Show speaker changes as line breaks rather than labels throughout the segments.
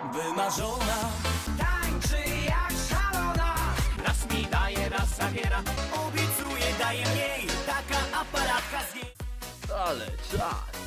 wymarzona, tańczy jak szalona. Raz mi daje, raz zabiera, obiecuje, daje mniej, taka aparatka z niej.
Ale czas.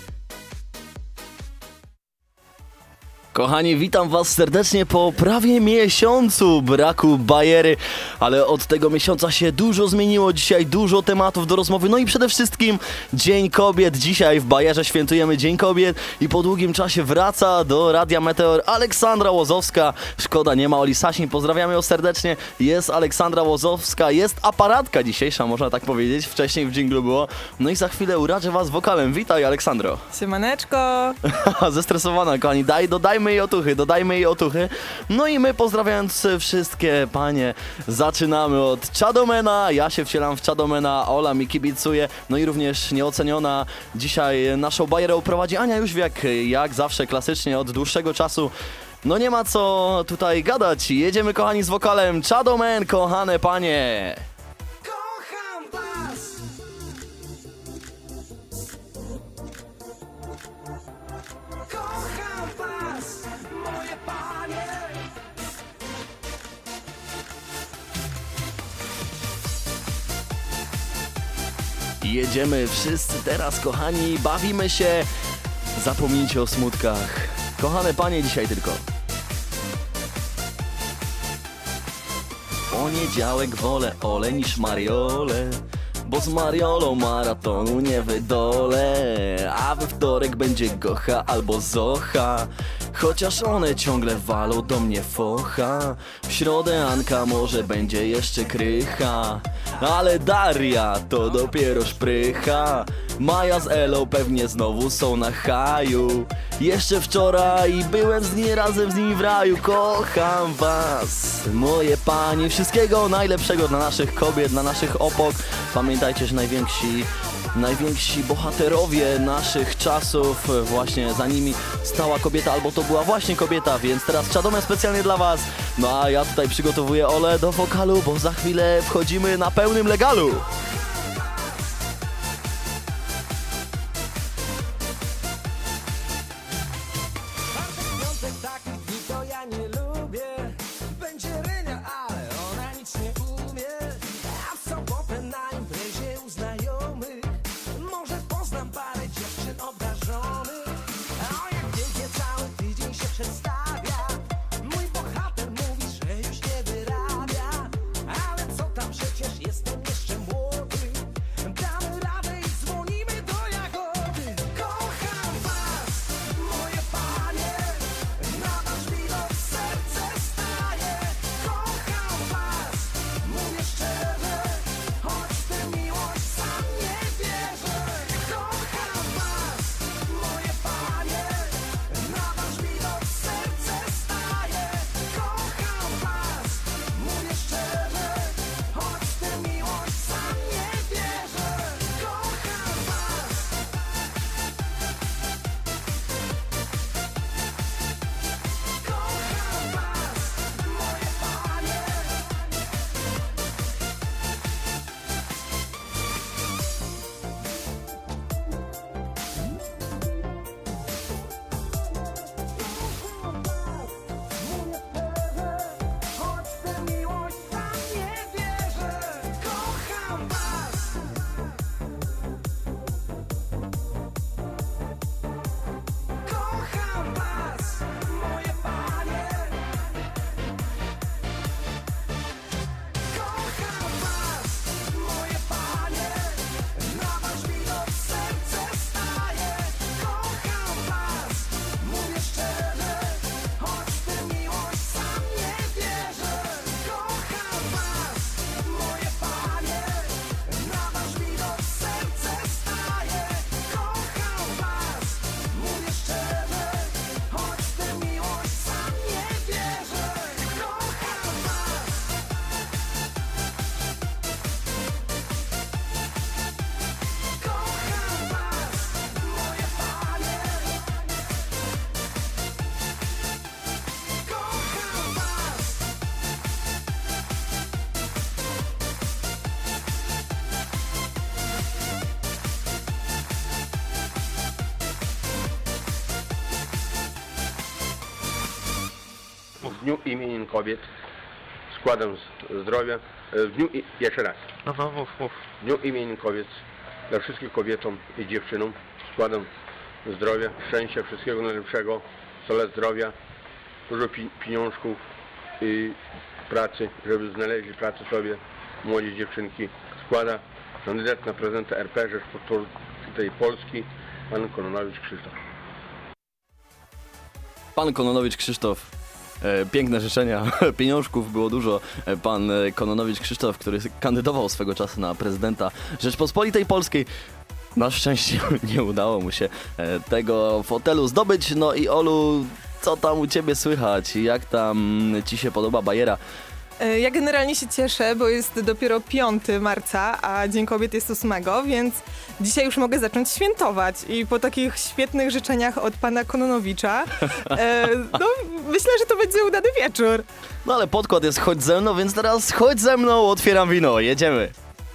Kochani, witam was serdecznie po prawie miesiącu braku bajery, ale od tego miesiąca się dużo zmieniło, dzisiaj dużo tematów do rozmowy, no i przede wszystkim Dzień Kobiet. Dzisiaj w Bajerze świętujemy Dzień Kobiet i po długim czasie wraca do Radia Meteor Aleksandra Łozowska. Szkoda, nie ma Oli Sasin, pozdrawiamy ją serdecznie. Jest Aleksandra Łozowska, jest aparatka dzisiejsza, można tak powiedzieć, wcześniej w dżinglu było. No i za chwilę uraczę was wokalem. Witaj, Aleksandro.
Siemaneczko!
Zestresowana, kochani, dodajmy jej otuchy. No i my, pozdrawiając wszystkie panie, zaczynamy od Chadomena. Ja się wcielam w Chadomena, Ola mi kibicuje, no i również nieoceniona dzisiaj naszą bajerę prowadzi Ania Jóźwiak, jak zawsze klasycznie od dłuższego czasu. No nie ma co tutaj gadać, jedziemy kochani z wokalem Chadomen, kochane panie.
Kocham was! Kocham was, moje panie!
Jedziemy wszyscy teraz, kochani, bawimy się, zapomnijcie o smutkach. Kochane panie dzisiaj tylko. Poniedziałek wolę ole niż Mariole, bo z Mariolą maratonu nie wydolę. A we wtorek będzie Gocha albo Zocha, chociaż one ciągle walą do mnie focha. W środę Anka może będzie jeszcze Krycha, ale Daria to dopiero szprycha. Maja z Elą pewnie znowu są na haju. Jeszcze wczoraj byłem razem z nimi w raju. Kocham was, moje panie. Wszystkiego najlepszego dla naszych kobiet, dla naszych opok. Pamiętajcie, że najwięksi bohaterowie naszych czasów, właśnie za nimi stała kobieta, albo to była właśnie kobieta, więc teraz Chadomen specjalnie dla was. No a ja tutaj przygotowuję Olę do wokalu, bo za chwilę wchodzimy na pełnym legalu.
Piątek takich dni to ja nie lubię. Będzie Rynia, ale ona nic nie umie. A w sobotę na imprezie u znajomych może poznam parę dziewczyn obdarzonych. A jak pięknie cały tydzień się przedstawia. Mój bohater mówi, że już nie wyrabia. Ale co tam, przecież jestem jeszcze młody.
W dniu imienin kobiet składam zdrowia. Jeszcze raz.
No, mów.
W dniu imienin kobiet dla wszystkich kobietom i dziewczynom składam zdrowia, szczęścia, wszystkiego najlepszego, tyle zdrowia, dużo pieniążków i pracy, żeby znaleźli pracę sobie młode dziewczynki. Składa kandydat na prezydenta RP Rzeczypospolitej Polski, pan Kononowicz Krzysztof.
Pan Kononowicz Krzysztof. Piękne życzenia, pieniążków było dużo. Pan Kononowicz Krzysztof, który kandydował swego czasu na prezydenta Rzeczpospolitej Polskiej. Na szczęście nie udało mu się tego fotelu zdobyć. No i Olu, co tam u ciebie słychać? Jak tam ci się podoba bajera?
Ja generalnie się cieszę, bo jest dopiero 5 marca, a Dzień Kobiet jest 8, więc dzisiaj już mogę zacząć świętować. I po takich świetnych życzeniach od pana Kononowicza, no myślę, że to będzie udany wieczór.
No ale podkład jest chodź ze mną, więc teraz chodź ze mną, otwieram wino, jedziemy.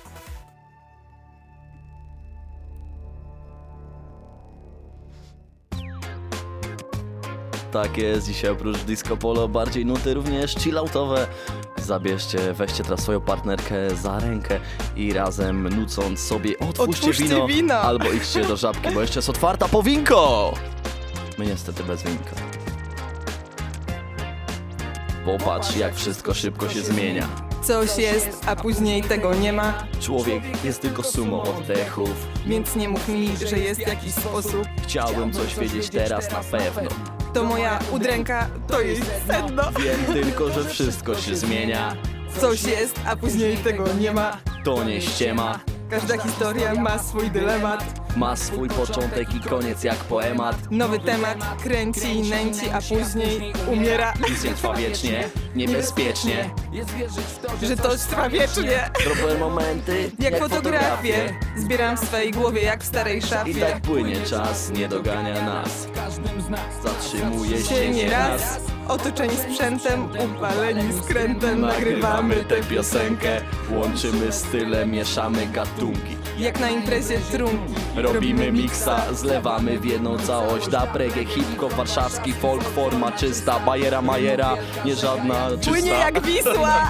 Tak jest, dzisiaj oprócz disco polo bardziej nuty również chilloutowe. Zabierzcie, weźcie teraz swoją partnerkę za rękę i razem nucąc sobie otwórzcie wino, albo idźcie do Żabki, bo jeszcze jest otwarta po winko. My niestety bez winka. Popatrz, jak wszystko szybko się zmienia.
Coś jest, a później tego nie ma.
Człowiek jest tylko sumą oddechów,
Więc nie mów mi, że jest jakiś sposób.
chciałbym coś wiedzieć teraz na pewno.
To moja udręka, to jej sedno.
Wiem tylko, że wszystko się zmienia.
Coś jest, a później tego nie ma.
To nie ściema.
Każda historia ma swój dylemat.
Ma swój początek i koniec jak poemat.
Nowy temat kręci, nęci, a później umiera.
Nic nie trwa wiecznie, niebezpiecznie.
Że to trwa wiecznie.
Drobne momenty
Jak fotografie zbieram w swej głowie jak w starej
I
szafie.
tak płynie czas, nie dogania nas. Zatrzymuje
Się
się
nieraz, otoczeni sprzętem, upaleni skrętem, nagrywamy tę piosenkę.
Łączymy style, mieszamy gatunki.
Jak na imprezie trunki.
Robimy miksa, zlewamy w jedną całość. Dub, reggae, hip-hop, warszawski folk, forma czysta. Bajera, majera, nie żadna czysta.
Płynie jak Wisła.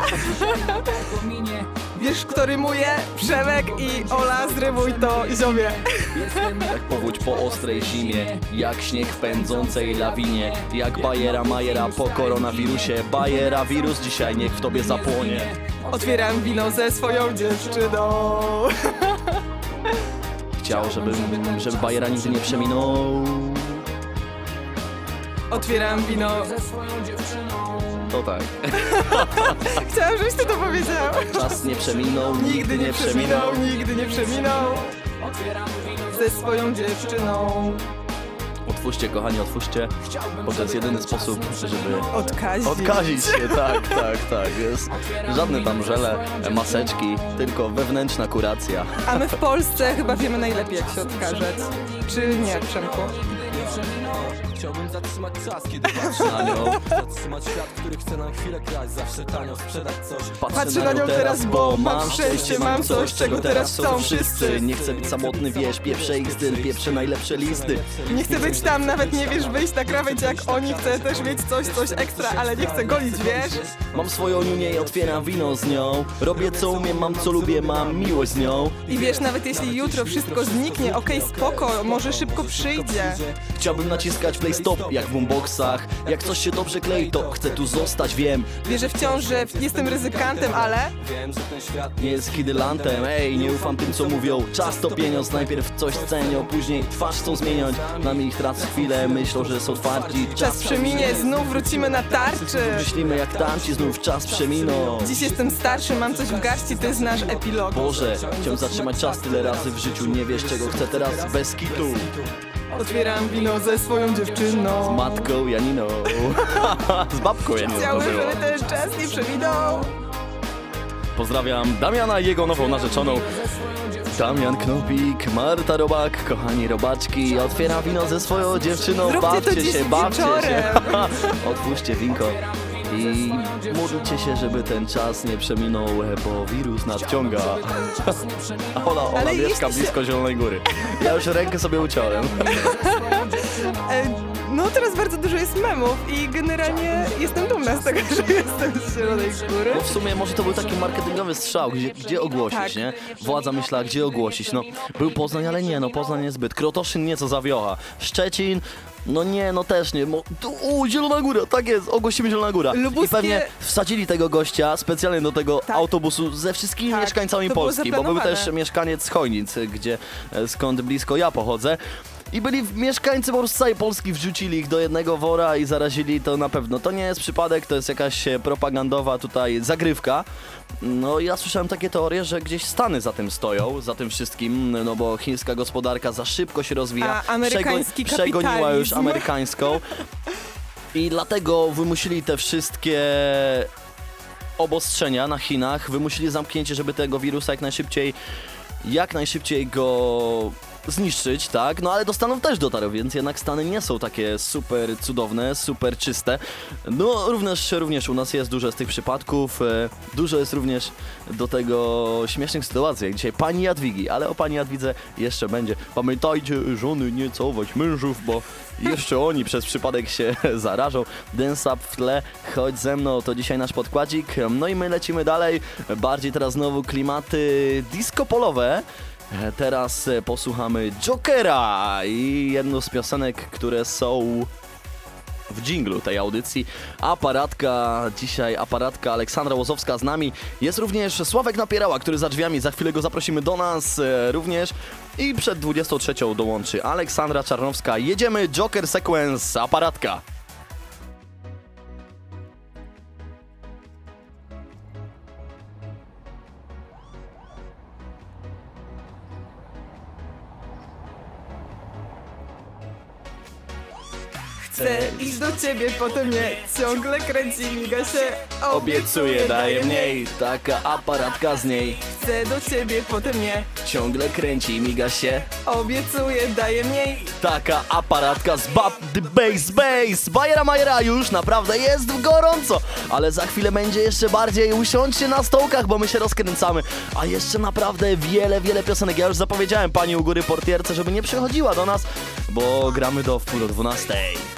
Wiesz, kto rymuje? Przemek i Ola, zrymuj to, ziomie.
Jak powódź po ostrej zimie, jak śnieg w pędzącej lawinie, jak bajera majera po koronawirusie. Bajera wirus dzisiaj niech w tobie zapłonie.
Otwieram wino ze swoją dziewczyną.
Chciał, żeby bajera nigdy nie przeminął.
Otwieram wino.
To tak.
Chciałam, żebyś ty to powiedział.
Czas nie przeminął,
Nigdy nie przeminął, nigdy nie przeminął. Ze swoją dziewczyną.
Otwórzcie, kochani, otwórzcie, bo to jest jedyny sposób, żeby odkazić się. Tak. Jest żadne tam żele, maseczki, tylko wewnętrzna kuracja.
A my w Polsce chyba wiemy najlepiej, jak się odkażać. Czy nie, Przemku?
Chciałbym zatrzymać czas, kiedy patrzę
Na nią
zatrzymać świat, który chce na chwilę kraść, zawsze tanio sprzedać coś.
Patrzę na nią teraz, bo mam szczęście, mam coś, czego teraz chcą wszyscy.
Nie chcę być samotny, wiesz, pieprzę ich styl, pieprzę najlepsze listy.
Nie chcę być tam, nawet nie wiesz, wyjść na krawędź jak oni. Chcę też mieć coś ekstra, ale nie chcę golić, wiesz?
Mam swoją niunię i otwieram wino z nią. Robię co umiem, mam co lubię, mam miłość z nią.
I wiesz, nawet jeśli jutro wszystko zniknie, okej, spoko, może szybko przyjdzie.
Chciałbym naciskać play stop jak w boomboxach. Jak coś się dobrze klei, to chcę tu zostać, wiem.
Wierzę wciąż, że jestem ryzykantem, ale
Wiem, że ten świat
Nie jest hidylantem, ej, nie ufam tym co mówią. Czas to pieniądz, najpierw coś cenią, później twarz chcą zmieniać. Na ich tracę chwilę, myślą, że są twardzi.
czas przeminie, znów wrócimy na tarczy.
Myślimy jak tamci, znów czas przeminął.
Dziś jestem starszy, mam coś w garści, ty znasz epilog.
Boże, chciałem zatrzymać czas tyle razy w życiu. Nie wiesz czego chcę teraz bez kitu.
Otwieram wino ze swoją dziewczyną.
Matką Janiną. Z babką Janiną to
Chciałbym,
było.
żeby ten czas nie przeminął.
Pozdrawiam Damiana i jego nową narzeczoną. Damian Knopik, Marta Robak, kochani robaczki. Otwiera wino ze swoją dziewczyną.
Zróbcie to
Bawcie
dziś
się, bawcie się.
wieczorem.
Otwórzcie winko i módlcie się, żeby ten czas nie przeminął, bo wirus nadciąga. A Ola
Ale
mieszka
jeśli się-
blisko Zielonej Góry. Ja już rękę sobie uciąłem.
No teraz bardzo dużo jest memów i generalnie jestem dumna z tego, że jestem z Zielonej Góry.
No w sumie może to był taki marketingowy strzał, gdzie ogłosić,
Tak.
nie? Władza myślała, gdzie ogłosić. No, był Poznań, ale nie, no Poznań niezbyt. Krotoszyn nieco zawiocha. Szczecin, no nie, no też nie. Zielona Góra, tak jest, ogłosimy Zielona Góra.
Lubuskie-
I pewnie wsadzili tego gościa specjalnie do tego
Tak.
autobusu ze wszystkimi
Tak,
mieszkańcami
to było
Polski, bo był
zaplanowane.
też mieszkaniec Chojnic, skąd blisko ja pochodzę. I byli mieszkańcy po prostu całej Polski, wrzucili ich do jednego wora i zarazili to na pewno. To nie jest przypadek, to jest jakaś propagandowa tutaj zagrywka. No ja słyszałem takie teorie, że gdzieś Stany za tym stoją, za tym wszystkim, no bo chińska gospodarka za szybko się rozwija.
A amerykański
Przegoniła
kapitalizm.
już amerykańską. I dlatego wymusili te wszystkie obostrzenia na Chinach, wymusili zamknięcie, żeby tego wirusa jak najszybciej go zniszczyć, tak? No ale do Stanów też dotarł, więc jednak Stany nie są takie super cudowne, super czyste. No również u nas jest dużo z tych przypadków, dużo jest również do tego śmiesznych sytuacji, jak dzisiaj pani Jadwigi, ale o pani Jadwidze jeszcze będzie. Pamiętajcie, żony nie całować mężów, bo jeszcze oni przez przypadek się zarażą. Dance Up w tle, chodź ze mną, to dzisiaj nasz podkładzik. No i my lecimy dalej, bardziej teraz znowu klimaty disco-polowe. Teraz posłuchamy Jokera i jedną z piosenek, które są w dżinglu tej audycji. Dzisiaj aparatka Aleksandra Łozowska z nami. Jest również Sławek Napierała, który za drzwiami. Za chwilę go zaprosimy do nas również. I przed 23 dołączy Aleksandra Czarnowska. Jedziemy, Joker Sequence, aparatka.
Chcę iść do ciebie, potem nie, ciągle kręci, miga się,
Obiecuję, daję mniej, taka aparatka z niej.
Chcę do ciebie, potem nie,
Ciągle kręci, miga się,
obiecuję, daję mniej.
taka aparatka z Bab the Bass. Bajera Majera, już naprawdę jest gorąco, ale za chwilę będzie jeszcze bardziej. Usiądźcie na stołkach, bo my się rozkręcamy. A jeszcze naprawdę wiele piosenek. Ja już zapowiedziałem pani u góry portierce, żeby nie przychodziła do nas, bo gramy do 11:30.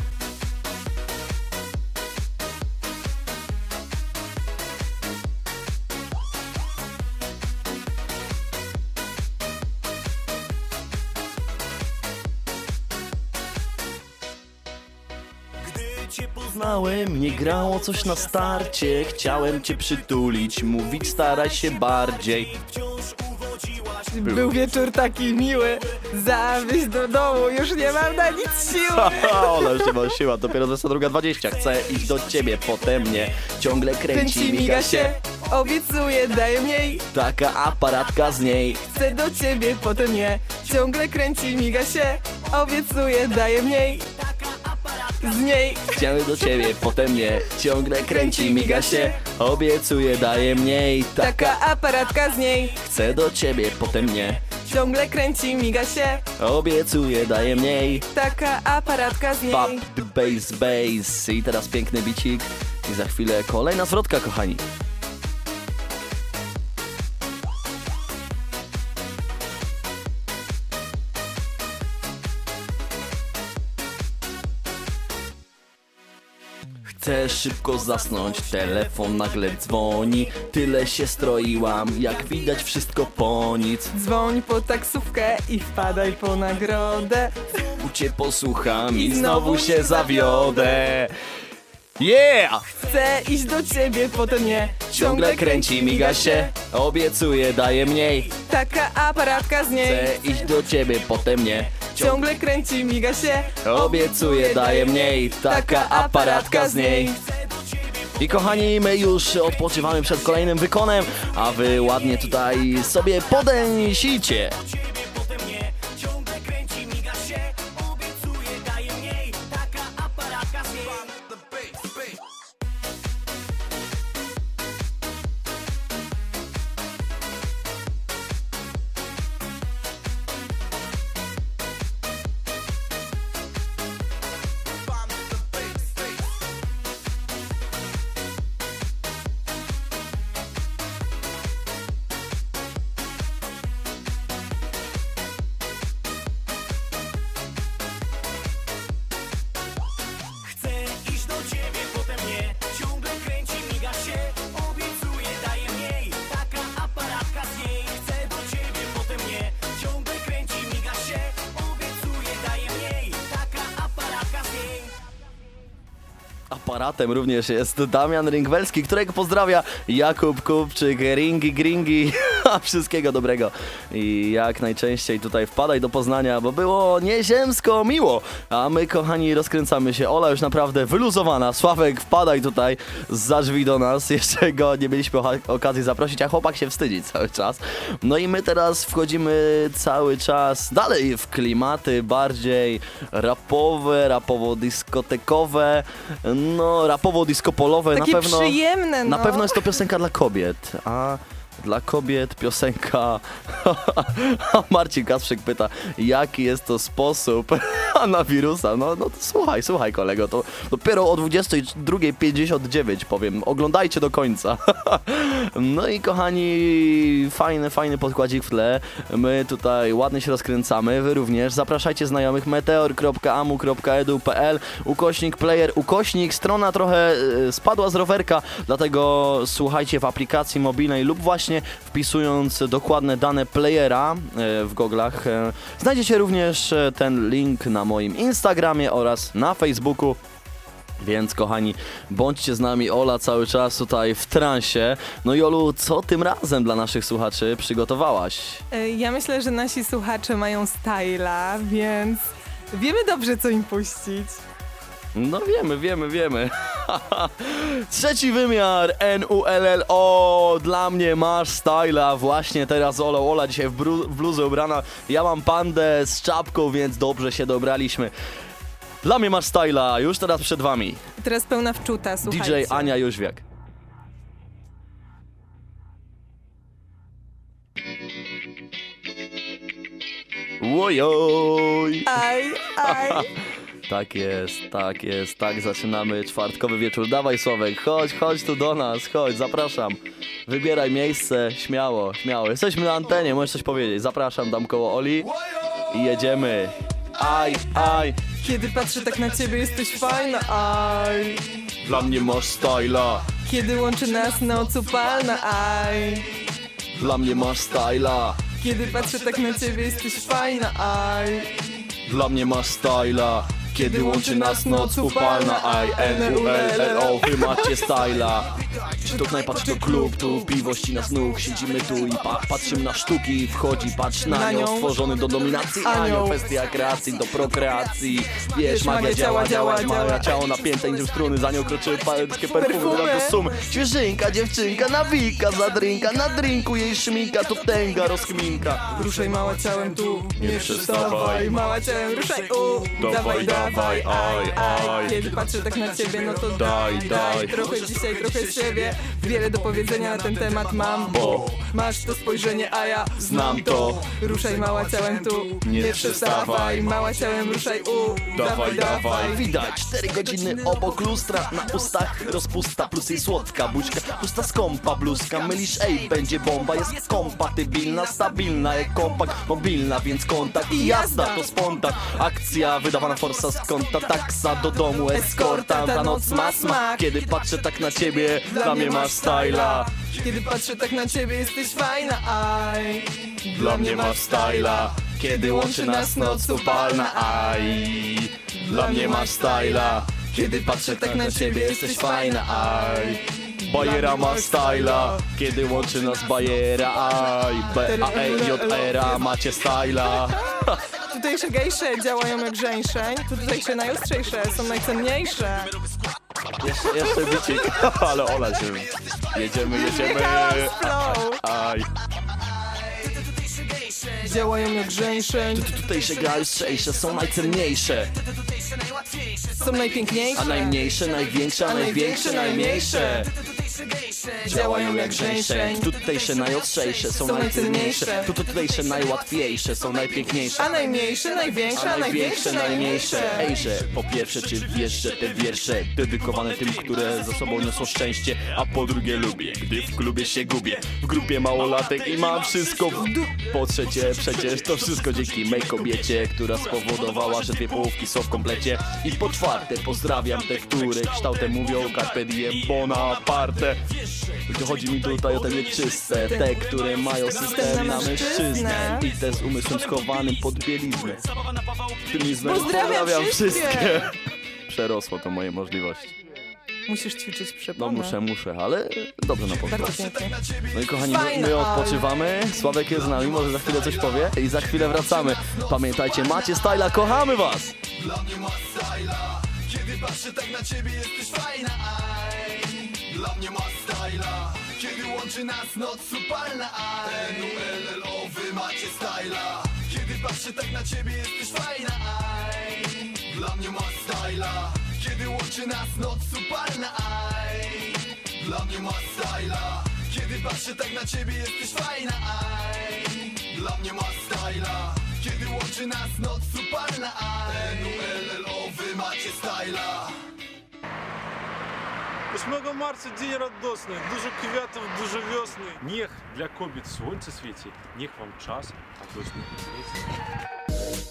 Poznałem, nie grało coś na starcie. Chciałem cię przytulić, mówić staraj się bardziej.
Był wieczór taki miły, zawieźć do domu, już nie mam na nic siły.
Ola już nie ma siła, dopiero 22:20. Chcę iść do ciebie, potem mnie. Ciągle kręci, miga się,
obiecuję, daję mniej.
taka aparatka z niej.
Chcę do ciebie, potem nie, ciągle kręci, miga się, obiecuję, daję mniej. Z niej.
Chciałem do ciebie, potem mnie. Ciągle kręci, miga się, obiecuję, daję mniej.
Taka aparatka z niej.
Chcę do ciebie, potem mnie.
Ciągle kręci, miga się,
Obiecuję, daję mniej.
taka aparatka z niej.
Pop the bass. I teraz piękny bicik. I za chwilę kolejna zwrotka, kochani. Chcę szybko zasnąć, telefon nagle dzwoni. Tyle się stroiłam, jak widać wszystko po nic.
Dzwoń po taksówkę i wpadaj po nagrodę.
Cię posłucham i znowu się zawiodę. Yeah!
Chcę iść do ciebie, potem nie.
Ciągle kręci, miga się, obiecuję, daję mniej.
Taka aparatka z niej.
Chcę iść do ciebie, potem nie.
Ciągle kręci, miga się,
Obiecuję, daję mniej, taka aparatka z niej. I kochani, my już odpoczywamy przed kolejnym wykonem, a wy ładnie tutaj sobie podęsicie. Aparatem również jest Damian Ringwelski, którego pozdrawia Jakub Kupczyk, Ringi Gringi, wszystkiego dobrego i jak najczęściej tutaj wpadaj do Poznania, bo było nieziemsko miło, a my kochani rozkręcamy się, Ola już naprawdę wyluzowana, Sławek wpadaj tutaj za drzwi do nas, jeszcze go nie mieliśmy okazji zaprosić, a chłopak się wstydzi cały czas, no i my teraz wchodzimy cały czas dalej w klimaty bardziej rapowe, rapowo-dyskotekowe, no rapowo-diskopolowe,
Takie
na pewno
przyjemne, no.
na pewno jest to piosenka dla kobiet, a dla kobiet piosenka a Marcin Kasprzyk pyta, jaki jest to sposób na wirusa, no to słuchaj kolego, to dopiero o 22:59 powiem, oglądajcie do końca. No i kochani, fajny podkładzik w tle, my tutaj ładnie się rozkręcamy, wy również, zapraszajcie znajomych, meteor.amu.edu.pl /player, strona trochę spadła z rowerka, dlatego słuchajcie w aplikacji mobilnej lub właśnie wpisując dokładne dane playera w goglach. Znajdziecie również ten link na moim Instagramie oraz na Facebooku. Więc kochani, bądźcie z nami, Ola cały czas tutaj w transie. No i Olu, co tym razem dla naszych słuchaczy przygotowałaś?
Ja myślę, że nasi słuchacze mają styla, więc wiemy dobrze, co im puścić.
No wiemy. Trzeci wymiar, NULLO, dla mnie masz styla, właśnie teraz Ola dzisiaj w bluzę ubrana, ja mam pandę z czapką, więc dobrze się dobraliśmy. Dla mnie masz styla, już teraz przed wami.
Teraz pełna wczuta, słuchajcie.
DJ Ania Jóźwiak. Ojoj!
Aj.
Tak jest, tak zaczynamy czwartkowy wieczór. Dawaj Sławek, chodź tu do nas, chodź, zapraszam. Wybieraj miejsce, śmiało. Jesteśmy na antenie, możesz coś powiedzieć. Zapraszam, dam koło Oli i jedziemy. Aj.
Kiedy patrzę tak na ciebie, jesteś fajna, aj.
Dla mnie masz styla.
Kiedy łączy nas noc upalna, aj.
Dla mnie masz styla.
Kiedy patrzę tak na ciebie, jesteś fajna, aj.
Dla mnie masz styla. Kiedy łączy nas noc upalna, NULLO, wy macie styla. Czy to knajpa, czy to klub, tu piwo ścina z nóg, siedzimy tu i patrzymy na sztuki, wchodzi, patrz na nią, stworzony do dominacji, anioł, kwestia kreacji do prokreacji. Wiesz, magia działa, magia ciało napięte, niczym struny, za nią kroczy paletkie perfumy na kostumy. Świeżynka, dziewczynka, nawika za drinka, na drinku jej szminka, to tęga rozkminka.
Ruszaj mała ciałem tu, nie przestawaj, mała ciałem ruszaj, dawaj, aj. Kiedy patrzę tak na ciebie, no to daj, trochę dzisiaj, trochę siebie. Wiele do powiedzenia na ten temat mam, bo masz to spojrzenie, a ja znam to. Ruszaj mała ciałem tu, nie przestawaj, mała ciałem ruszaj, dawaj.
Widać 4 godziny obok lustra, na ustach rozpusta plus jej słodka buźka, pusta skąpa bluzka, mylisz, będzie bomba, jest kompatybilna, stabilna jak kompakt, mobilna, więc kontakt i jazda to spontan. Akcja wydawana forsa z konta, taksa do domu, eskorta, ta noc ma smak. Kiedy patrzę tak na ciebie, dla mnie masz styla.
Kiedy patrzę tak na ciebie, jesteś fajna, aj.
Dla mnie masz styla. Kiedy łączy nas noc upalna, aj. Dla mnie masz styla. Kiedy patrzę tak na ciebie, jesteś fajna, aj. Bajera ma styla. Kiedy łączy nas bajera, aj. BAEJR macie styla.
Tutejsze gejsze działają jak żeńszeń, tutejsze najostrzejsze są najcenniejsze.
Jeszcze bicik, ale Ola się. Jedziemy. Aj.
Działają jak żeńszeń,
Tutejsze gejsze są najcenniejsze.
są najpiękniejsze,
A najmniejsze, największe, a największe, najmniejsze. Działają jak żeńszeń. Tutejsze najostrzejsze są najcenniejsze. Tutejsze najłatwiejsze są najpiękniejsze.
a najmniejsze, największe, a największe, najmniejsze.
Ejże, po pierwsze, czy wiesz, że te wiersze dedykowane tym, które ze sobą niosą szczęście, a po drugie lubię, gdy w klubie się gubię, w grupie małolatek i mam wszystko w Po trzecie, przecież to wszystko dzięki mej kobiecie, która spowodowała, że 2 połówki są w komplecie. I po czwarte, pozdrawiam te, które kształtem mówią carpe diem Bonaparte. Chodzi mi tutaj o te nieczyste, te, które mają system na mężczyznę i te z umysłem schowanym pod bieliznę. Pozdrawiam wszystkie. Przerosło to moje możliwości.
Musisz ćwiczyć
No
przypomnę.
muszę, ale dobrze na
Bardzo
pokład.
pięknie.
No i kochani,
Fajne,
my odpoczywamy, Sławek jest z nami, może za chwilę coś powie i za chwilę wracamy. Pamiętajcie, macie styla, kochamy was!
Dla mnie masz styla. Kiedy patrzę tak na ciebie, jesteś fajna, aj. Dla mnie masz styla. Kiedy łączy nas noc upalna, aj. NULL-O, wy macie styla. Kiedy patrzę tak na ciebie, jesteś fajna, aj. Dla mnie masz styla. Kiedy łączy nas noc upalna, aj. Dla mnie masz styla. Kiedy patrzę tak na ciebie, jesteś fajna, aj. Dla mnie masz styla. Kiedy łączy nas noc upalna, aj. NULL-O, wy macie styla.
8 марта день радостный, дуже квітів, дуже весни. Нех для кобіт сонце світі, нех вам час, а дощ не світі.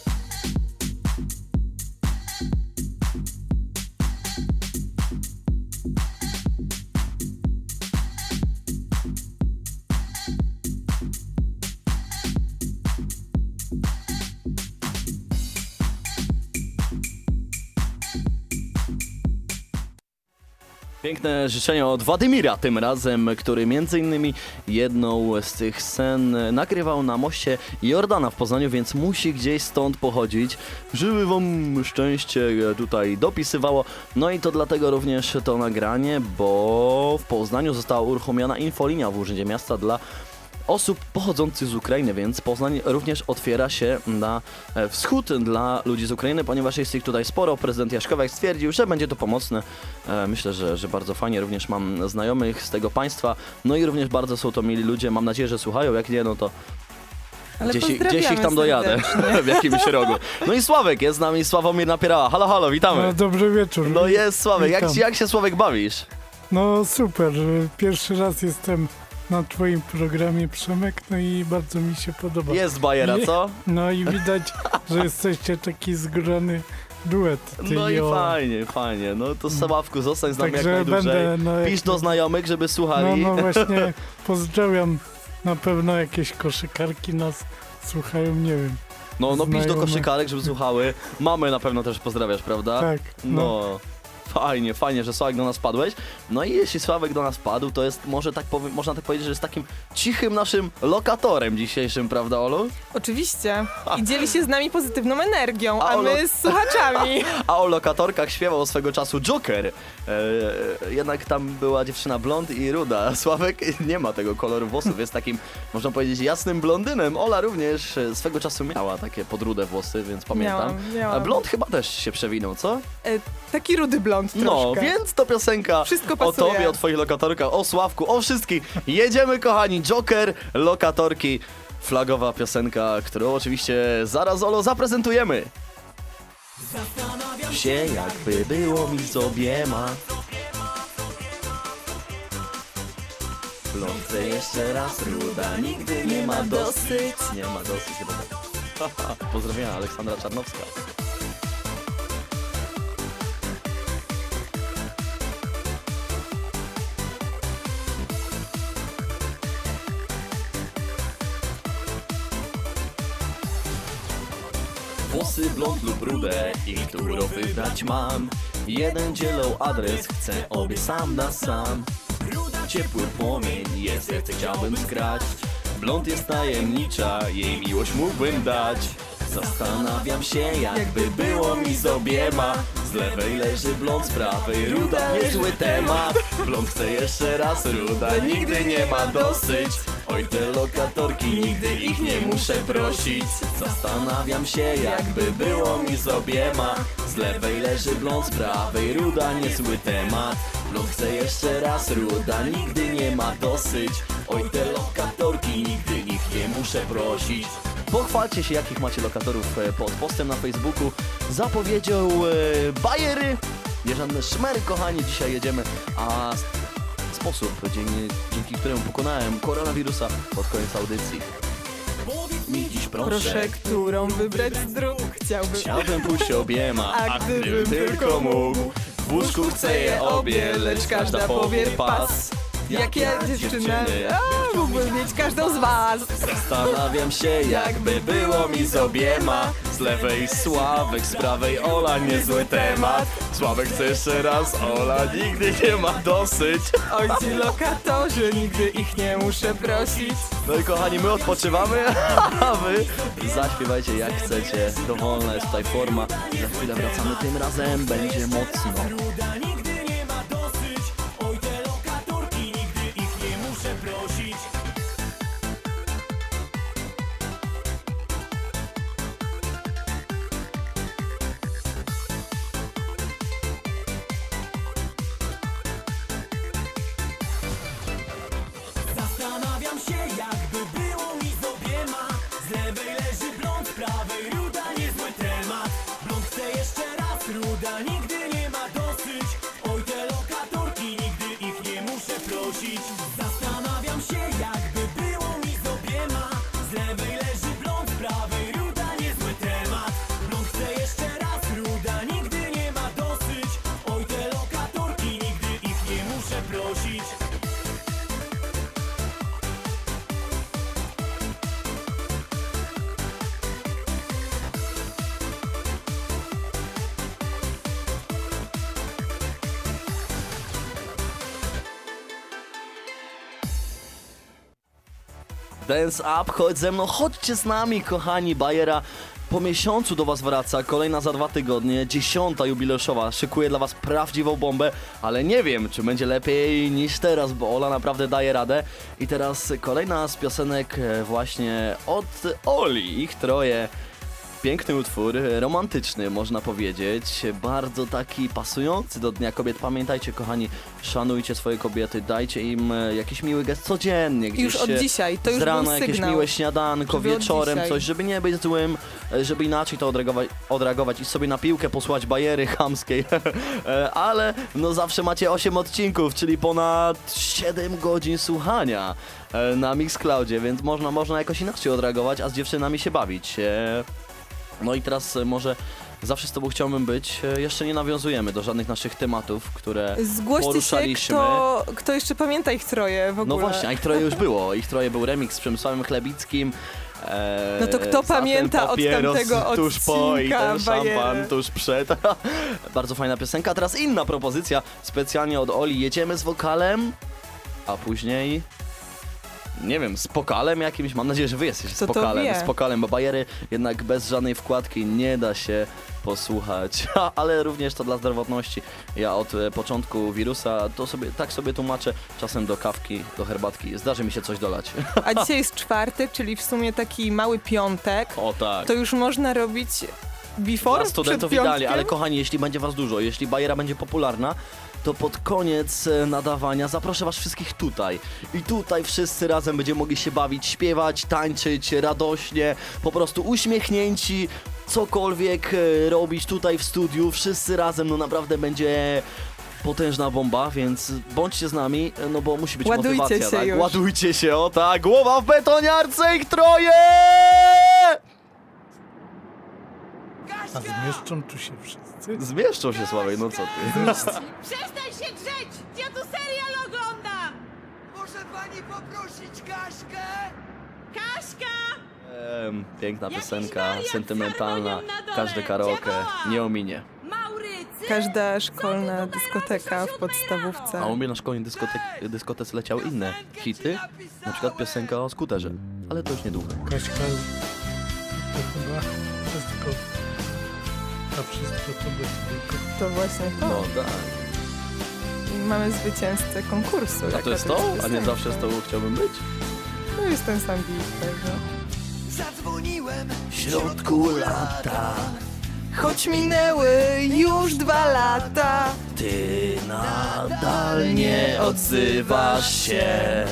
Piękne życzenia od Władimira tym razem, który między innymi jedną z tych scen nagrywał na moście Jordana w Poznaniu, więc musi gdzieś stąd pochodzić. Żeby wam szczęście tutaj dopisywało. No i to dlatego również to nagranie, bo w Poznaniu została uruchomiona infolinia w Urzędzie Miasta dla osób pochodzących z Ukrainy, więc Poznań również otwiera się na wschód dla ludzi z Ukrainy, ponieważ jest ich tutaj sporo. Prezydent Jaśkowiak stwierdził, że będzie to pomocne. Myślę, że bardzo fajnie. Również mam znajomych z tego państwa, no i również bardzo są to mili ludzie. Mam nadzieję, że słuchają, jak nie, no to
Ale
gdzieś ich
pozdrawiamy
tam dojadę
serdecznie.
w jakimś rogu. No i Sławek jest z nami, Sławomir Napierała. Halo, halo, witamy.
No, dobry wieczór.
No jest Sławek,
Witam.
jak się Sławek bawisz?
No super, pierwszy raz jestem na twoim programie, Przemek, no i bardzo mi się podoba.
Jest bajera,
Nie.
co?
No i widać, że jesteście taki zgrany duet. Ty
No i
Ola.
fajnie. No to Sławku, zostań z nami jak
Także
najdłużej.
będę, no,
Pisz do znajomych, żeby
no,
słuchali.
no właśnie, pozdrawiam. Na pewno jakieś koszykarki nas słuchają, nie wiem.
No pisz do
znajome.
koszykarek, żeby słuchały. Mamy na pewno też pozdrawiasz, prawda?
Tak,
No. Fajnie, że Sławek do nas padłeś. No i jeśli Sławek do nas padł, to jest, można tak powiedzieć, że jest takim cichym naszym lokatorem dzisiejszym, prawda, Olu?
Oczywiście. I dzieli się z nami pozytywną energią,
A
a
Olo-
my z słuchaczami.
A o lokatorkach śpiewał swego czasu Joker. Jednak tam była dziewczyna blond i ruda. Sławek nie ma tego koloru włosów, jest takim, można powiedzieć, jasnym blondynem. Ola również swego czasu miała takie podrude włosy, więc pamiętam.
Miałam.
A blond chyba też się przewinął, co?
Taki rudy blond troszkę.
No, więc to piosenka
Wszystko
o
pasuje.
tobie, o twoich lokatorkach, o Sławku, o wszystkich. Jedziemy, kochani, Joker, lokatorki. Flagowa piosenka, którą oczywiście zaraz, Olo, zaprezentujemy. Zastanawiam się, jakby było mi z obiema. Blond chcę jeszcze raz, ruda nigdy nie ma dosyć. Nie ma dosyć, chyba tak. Pozdrowienia, Aleksandra Czarnowska. Włosy blond lub rude i którą wybrać mam. Jeden dzielą adres, chcę obie sam na sam. Ciepły płomień jest, serce chciałbym skraść. Blond jest tajemnicza, jej miłość mógłbym dać. Zastanawiam się, jakby było mi z obiema. Z lewej leży blond, z prawej ruda, niezły temat. Blond chce jeszcze raz, ruda nigdy nie ma dosyć. Oj, te lokatorki, nigdy ich nie muszę prosić. Zastanawiam się, jakby było mi z obiema. Z lewej leży blond, z prawej ruda, niezły temat. Blond chce jeszcze raz, ruda nigdy nie ma dosyć. Oj, te lokatorki, nigdy ich nie muszę prosić. Pochwalcie się, jakich macie lokatorów pod postem na Facebooku. Zapowiedzią bajery, nie żadne szmery, kochani. Dzisiaj jedziemy, a sposób, dzięki któremu pokonałem koronawirusa pod koniec audycji. Powiedz mi dziś
Proszę, którą wybrać z dróg
Chciałbym pójść obiema,
A gdybym
tylko mógł. W łóżku chcę je obie, lecz każda powie pas.
Jak ja dziewczyna, mógłbym mieć każdą z was.
Zastanawiam się, jakby było mi z obiema. Z lewej Sławek, z prawej Ola, niezły temat. Sławek chce jeszcze raz, Ola nigdy nie ma dosyć.
Oj, ci lokatorzy, nigdy ich nie muszę prosić.
No i kochani, my odpoczywamy, a wy zaśpiewajcie jak chcecie. Dowolna jest tutaj forma. Za chwilę wracamy, tym razem będzie mocno.
Ruda nigdy nie ma dosyć. Oj, te lokatorki, nigdy ich nie muszę prosić. Zastanawiam się, jakby było mi z obiema. Z lewej leży blond, z prawej ruda, niezły temat. Blond chce jeszcze raz, ruda nigdy nie ma dosyć. Oj, te lokatorki, nigdy ich nie muszę prosić. Zastanawiam się, jakby było mi z obiema. Z lewej leży blond, z prawej ruda, niezły temat. Blond chce jeszcze raz, ruda nigdy nie ma dosyć. Oj, te lokatorki, nigdy ich nie muszę prosić.
Dance Up, chodź ze mną, chodźcie z nami, kochani. Bajera po miesiącu do was wraca, kolejna za 2 tygodnie, 10. jubileuszowa. Szykuję dla was prawdziwą bombę, ale nie wiem, czy będzie lepiej niż teraz, bo Ola naprawdę daje radę. I teraz kolejna z piosenek właśnie od Oli, ich troje. Piękny utwór, romantyczny można powiedzieć, bardzo taki pasujący do Dnia Kobiet. Pamiętajcie, kochani, szanujcie swoje kobiety, dajcie im jakiś miły gest codziennie. Gdzieś
Już od dzisiaj, to już
z rana
był
jakieś
sygnał.
miłe śniadanko,
Żeby od
wieczorem
dzisiaj.
coś, żeby nie być złym, żeby inaczej to odreagować i sobie na piłkę posłać bajery chamskiej. Ale no zawsze macie 8 odcinków, czyli ponad 7 godzin słuchania na Mixcloudzie, więc można jakoś inaczej odreagować, a z dziewczynami się bawić. No i teraz może zawsze z tobą chciałbym być. Jeszcze nie nawiązujemy do żadnych naszych tematów, które
Zgłoście się,
poruszaliśmy.
kto jeszcze pamięta ich troje w ogóle.
No właśnie, a ich troje już było. Ich troje był remix z Przemysławem Chlebickim.
No to kto
za
pamięta
ten
od
papieros
tamtego
tuż po i ten
odcinka
szampan
bajery?
tuż przed. Bardzo fajna piosenka. Teraz inna propozycja, specjalnie od Oli. Jedziemy z wokalem, a później... Nie wiem, z pokalem jakimś, mam nadzieję, że wy jesteście
Kto to
z
wie?
pokalem, bo bajery jednak bez żadnej wkładki nie da się posłuchać, ale również to dla zdrowotności. Ja od początku wirusa to tak sobie tłumaczę, czasem do kawki, do herbatki, zdarzy mi się coś dolać.
A dzisiaj jest czwartek, czyli w sumie taki mały piątek.
O tak.
To już można robić before,
Dla studentów
przed
idealnie, ale
piątkiem?
kochani, jeśli będzie was dużo, jeśli bajera będzie popularna, to pod koniec nadawania zaproszę was wszystkich tutaj. I tutaj wszyscy razem będziemy mogli się bawić, śpiewać, tańczyć radośnie, po prostu uśmiechnięci, cokolwiek robić tutaj w studiu, wszyscy razem, no naprawdę będzie potężna bomba, więc bądźcie z nami, no bo musi być
Ładujcie
motywacja,
się
tak?
już.
Ładujcie się, o tak, głowa w betoniarce, ich troje!
A zmieszczą tu się wszyscy?
Zmieszczą się, Sławek, no co ty?
Przestań się drzeć! Ja tu serial oglądam!
Może pani poprosić Kaśkę?
Kaśka!
Piękna
Jakiś
piosenka,
wariat z
sentymentalna,
harmonią na dole.
każde karaoke,
Dziewała!
nie ominie.
Maurycy!
Każda szkolna
Co ty tutaj
dyskoteka
robisz o
w podstawówce.
A u mnie na szkolnej dyskotece leciały inne hity, na przykład piosenka o skuterze, ale to już niedługo.
Kaśka, to chyba wszystko. A wszystko to bez tylko.
To właśnie to.
No tak.
I mamy zwycięzcę konkursu.
A
jaka
to jest to? A nie
piosenka.
zawsze z tobą chciałbym być?
No jest ten sam beat, także.
Zadzwoniłem
W środku lata
Choć minęły już 2 lata.
ty nadal nie odzywasz się.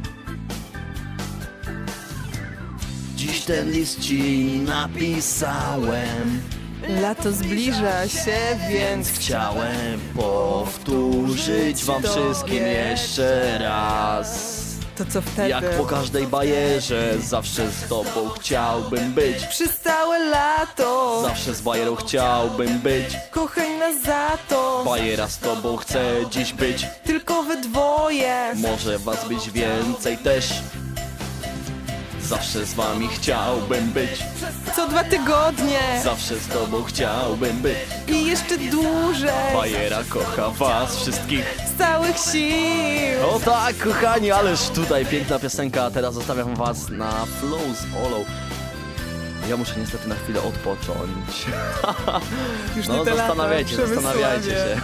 Dziś ten list ci napisałem,
Lato zbliża się, więc
chciałem powtórzyć wam wszystkim jeszcze raz.
to co wtedy?
Jak po każdej bajerze, zawsze z tobą chciałbym być.
Przez całe lato
Zawsze z bajerą chciałbym być.
kochaj nas za to.
Bajera z tobą chce dziś być.
Tylko we dwoje.
Może was być więcej też. Zawsze z wami chciałbym być.
Co 2 tygodnie
Zawsze z tobą chciałbym być.
i jeszcze dłużej
Bajera kocha was wszystkich.
z całych sił.
O tak, kochani, ależ tutaj piękna piosenka, a teraz zostawiam was na Flow z Olą. Ja muszę niestety na chwilę odpocząć.
Już
No
nie te lata,
zastanawiajcie się.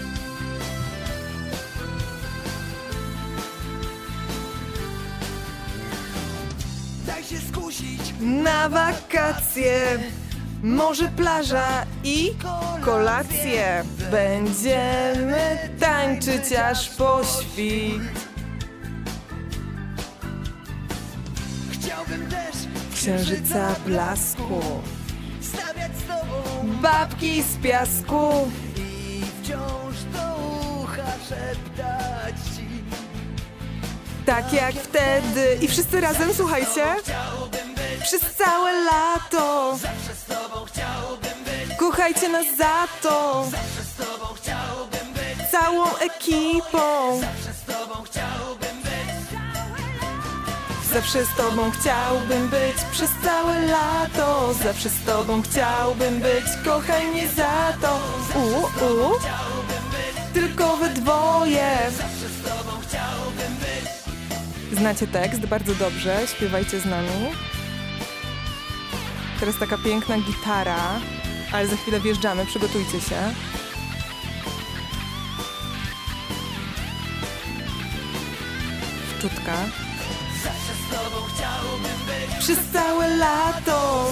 Daj się skusić.
Na wakacje, może plaża i kolacje. Będziemy tańczyć aż po świt.
Chciałbym też
Księżyca blasku,
stawiać z tobą
babki z piasku.
i wciąż do ucha szeptać ci.
Tak jak wtedy. I wszyscy razem, słuchajcie. Przez całe lato. Kochajcie nas za to. Całą ekipą. Zawsze z tobą chciałbym być przez całe lato. Zawsze z tobą chciałbym być. Kochaj mnie za to. Tylko we dwoje. Znacie tekst bardzo dobrze, śpiewajcie z nami. Teraz taka piękna gitara, ale za chwilę wjeżdżamy, przygotujcie się. Wczutka. Przez całe lato.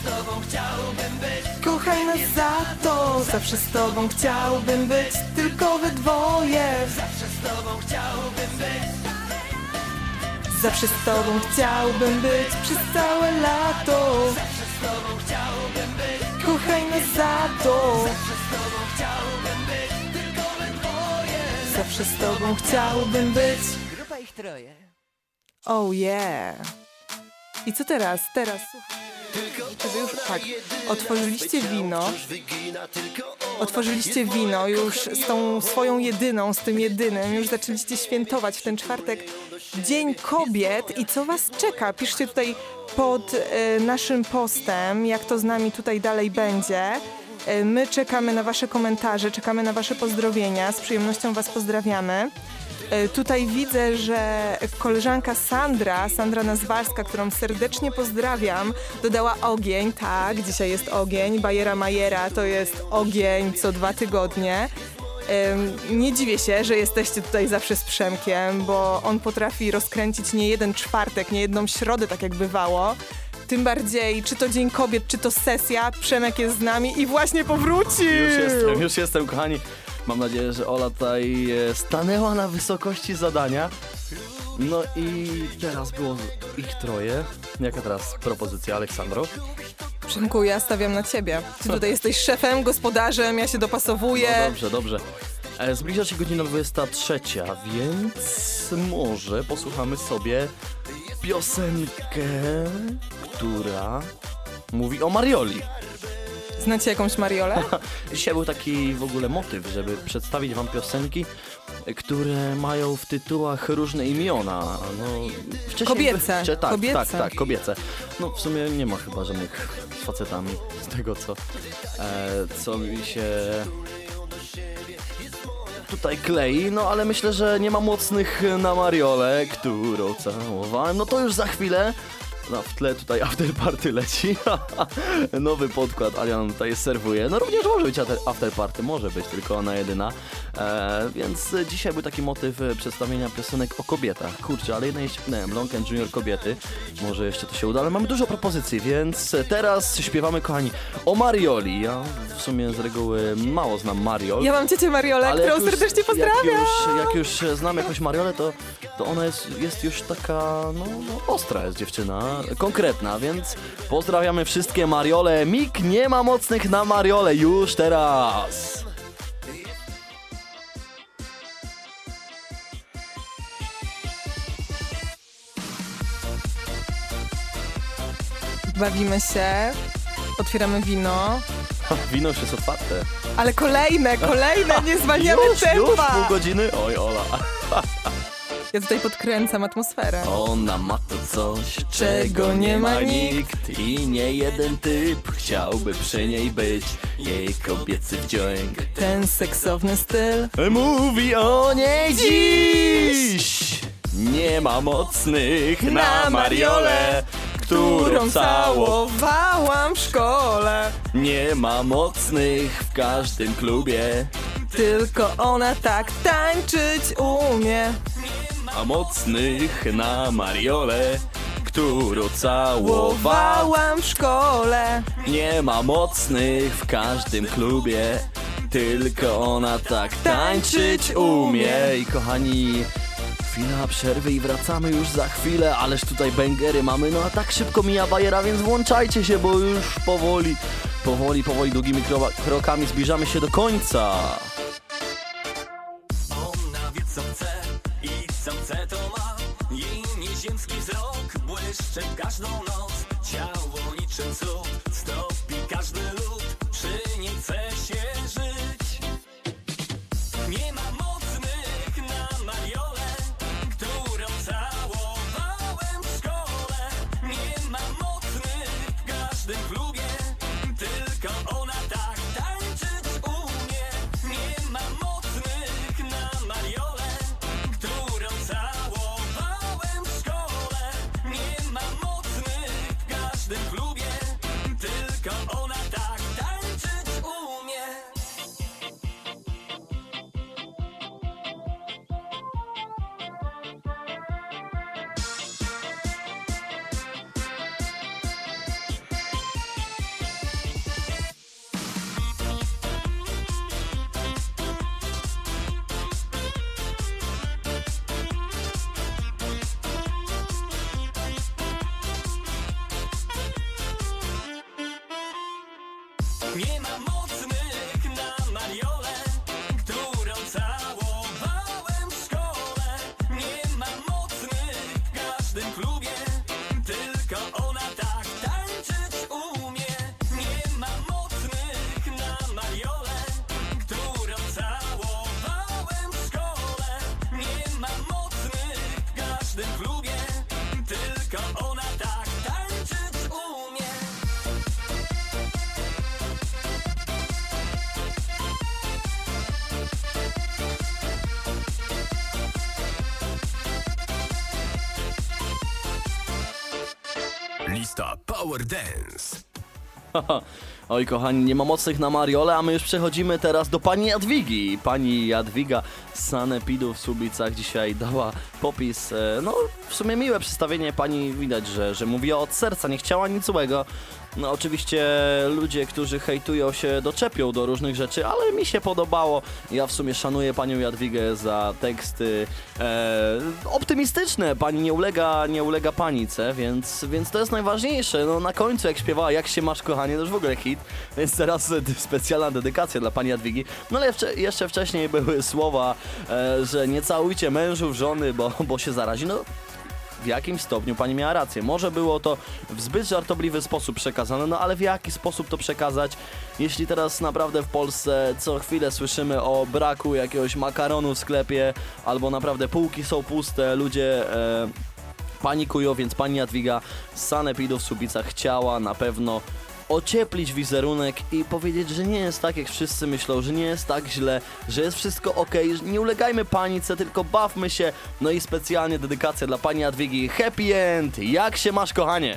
Kochaj nas za to. Zawsze z tobą chciałbym być. Tylko we dwoje. Zawsze z tobą chciałbym być. Przez całe lato. Kochaj nas za to. Zawsze z tobą chciałbym być.
Grupa ich troje.
Oh yeah. I co teraz? Teraz czy wy już tak, otworzyliście wino już z tą swoją jedyną, z tym jedynym, już zaczęliście świętować w ten czwartek Dzień Kobiet i co was czeka? Piszcie tutaj pod naszym postem, jak to z nami tutaj dalej będzie. My czekamy na wasze komentarze, czekamy na wasze pozdrowienia, z przyjemnością was pozdrawiamy. Tutaj widzę, że koleżanka Sandra Nazwalska, którą serdecznie pozdrawiam, dodała ogień. Tak, dzisiaj jest ogień. Bajera Majera to jest ogień co 2 tygodnie. Nie dziwię się, że jesteście tutaj zawsze z Przemkiem, bo on potrafi rozkręcić nie jeden czwartek, nie jedną środę, tak jak bywało. Tym bardziej, czy to Dzień Kobiet, czy to sesja, Przemek jest z nami i właśnie powrócił!
Już jestem, kochani. Mam nadzieję, że Ola tutaj stanęła na wysokości zadania. No i teraz było ich troje. Jaka teraz propozycja, Aleksandro?
Przemku, ja stawiam na ciebie. Ty tutaj jesteś szefem, gospodarzem, ja się dopasowuję.
No dobrze. Zbliża się godzina 23, więc może posłuchamy sobie piosenkę, która mówi o Marioli.
Znacie jakąś Mariolę?
Dzisiaj był taki w ogóle motyw, żeby przedstawić wam piosenki, które mają w tytułach różne imiona. No,
kobiece.
Tak, kobiece. No w sumie nie ma chyba żadnych z facetami, z tego co mi się tutaj klei, no ale myślę, że nie ma mocnych na Mariolę, którą całowałem. No to już za chwilę. No, w tle tutaj afterparty leci. Nowy podkład Alian tutaj serwuje. No również może być afterparty, może być, tylko ona jedyna. Więc dzisiaj był taki motyw przedstawienia piosenek o kobietach. Kurczę, ale jednej ściągnąłem, Long and Junior kobiety. Może jeszcze to się uda, ale mamy dużo propozycji, więc teraz śpiewamy, kochani, o Marioli. Ja w sumie z reguły mało znam Mariol.
Ja mam ciocię Mariolę,
ale
którą serdecznie pozdrawiam.
Jak już znam jakąś Mariolę, to ona jest już taka, no ostra jest dziewczyna. Konkretna, więc pozdrawiamy wszystkie Mariole. Mik nie ma mocnych na Mariole już teraz.
Bawimy się, otwieramy wino.
Wino już jest otwarte.
Ale kolejne, nie zwalniamy tempa.
Już pół godziny? Oj, Ola.
Ja tutaj podkręcam atmosferę.
Ona ma to coś, czego nie ma nikt i nie jeden typ chciałby przy niej być. Jej kobiecy wdzięk,
Ten seksowny styl.
mówi o niej dziś. Nie ma mocnych na Mariolę, którą
całowałam w szkole.
Nie ma mocnych w każdym klubie,
Tylko ona tak tańczyć umie.
a mocnych na Mariolę, którą całowała.
Całowałam w szkole.
Nie ma mocnych w każdym klubie, tylko ona tak tańczyć umie. I kochani, chwila przerwy i wracamy już za chwilę, ależ tutaj bęgery mamy, no a tak szybko mija bajera, więc włączajcie się, bo już powoli, długimi krokami zbliżamy się do końca.
Ona wie co chce i co chce to ma. Jej nieziemski wzrok błyszczy w każdą noc. Ciało niczym cud stopi każdy lód. Przy niej chce się żyć. Nie ma mocnych na Mariolę, którą całowałem w szkole. Nie ma mocnych w każdym klubie, tylko ona tak tańczyć umie. Nie ma mocnych na Mariolę, którą całowałem w szkole. Nie ma mocnych w każdym klubie, tylko ona tak tańczyć umie. Nie ma mocnych na Mariolę, którą całowałem w szkole. Nie ma mocnych w każdym klubie, tylko ona tak tańczyć umie. Nie ma mocnych na Mariolę, którą całowałem w szkole. Nie ma mocnych w każdym klubie, tylko ona tak tańczyć umie.
Lista Power Dance.
Oj kochani, nie ma mocnych na Mariolę, a my już przechodzimy teraz do pani Jadwigi. Pani Jadwiga z Sanepidu w Słubicach dzisiaj dała popis, no w sumie miłe przedstawienie. Pani widać, że mówiła od serca, nie chciała nic złego. No oczywiście ludzie, którzy hejtują się, doczepią do różnych rzeczy, ale mi się podobało. Ja w sumie szanuję panią Jadwigę za teksty optymistyczne. Pani nie ulega panice, więc to jest najważniejsze. No na końcu jak śpiewała Jak się masz kochanie, to już w ogóle hit, więc teraz specjalna dedykacja dla pani Jadwigi. No ale jeszcze wcześniej były słowa, że nie całujcie mężów, żony, bo się zarazi. No w jakim stopniu pani miała rację. Może było to w zbyt żartobliwy sposób przekazane, no ale w jaki sposób to przekazać, jeśli teraz naprawdę w Polsce co chwilę słyszymy o braku jakiegoś makaronu w sklepie, albo naprawdę półki są puste, ludzie panikują, więc pani Jadwiga z Sanepidu w Słubicach chciała na pewno ocieplić wizerunek i powiedzieć, że nie jest tak jak wszyscy myślą, że nie jest tak źle, że jest wszystko okej, nie ulegajmy panice, tylko bawmy się. No i specjalnie dedykacja dla pani Jadwigi. Happy end! Jak się masz, kochanie?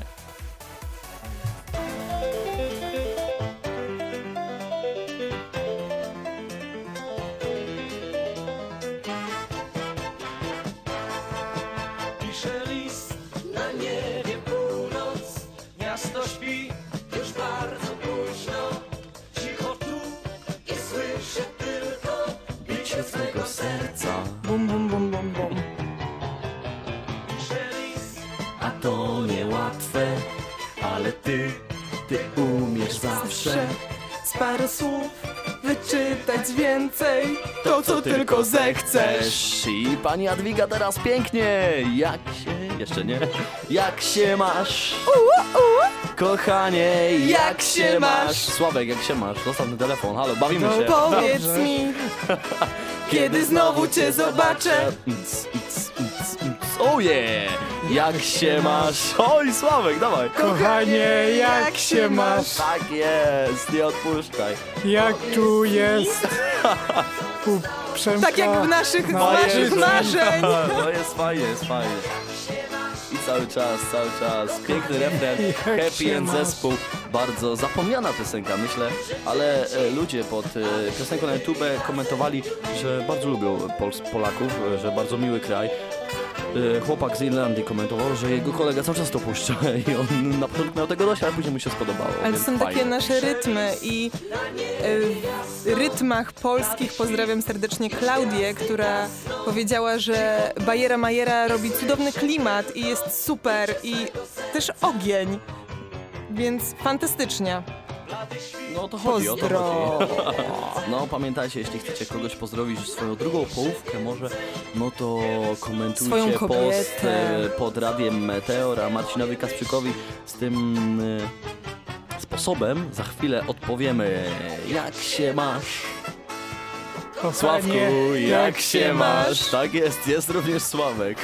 Piszę list na niebie północ. Miasto śpi już bardzo późno. Cicho tu i słyszę tylko bicie swego serca.
Bum, bum, bum, bum, bum.
Piszę list,
A to niełatwe, ale ty umiesz zawsze.
Z parę słów wyczytać więcej, to co tylko zechcesz.
I pani Jadwiga teraz pięknie. Jeszcze nie? Jak się masz? Kochanie, jak się masz? Sławek, jak się masz? Zostaw ten telefon, halo, bawimy się.
Powiedz mi, kiedy znowu cię zobaczę.
Oh yeah! Jak się masz? Oj, Sławek, dawaj!
Kochanie, jak się masz?
Tak jest, nie odpuszczaj.
Jak tu jest? U Przemka
Tak jak w naszych
na
naszych
jeżdżę.
marzeń.
No jest fajnie, jest fajnie. I cały czas. Piękny refren,
Jak
happy
się
end
masz?
zespół. Bardzo zapomniana piosenka, myślę, ale ludzie pod piosenką na YouTube komentowali, że bardzo lubią Polaków, że bardzo miły kraj. Chłopak z Irlandii komentował, że jego kolega cały czas to puszcza i on na początku miał tego dość, ale później mu się spodobało.
Ale to
więc
są takie
fajnie.
nasze rytmy i w rytmach polskich pozdrawiam serdecznie Klaudię, która powiedziała, że Bajera Majera robi cudowny klimat i jest super i też ogień, więc fantastycznie.
No o to chodzi, o to
Pozdro.
chodzi. No pamiętajcie, jeśli chcecie kogoś pozdrowić, swoją drugą połówkę może, no to komentujcie
Swoją
post
kobietę.
pod Radiem Meteor, a Marcinowi Kasprzykowi z tym sposobem za chwilę odpowiemy. Jak się masz?
Kochanie,
Sławku, jak się masz? Tak jest również Sławek.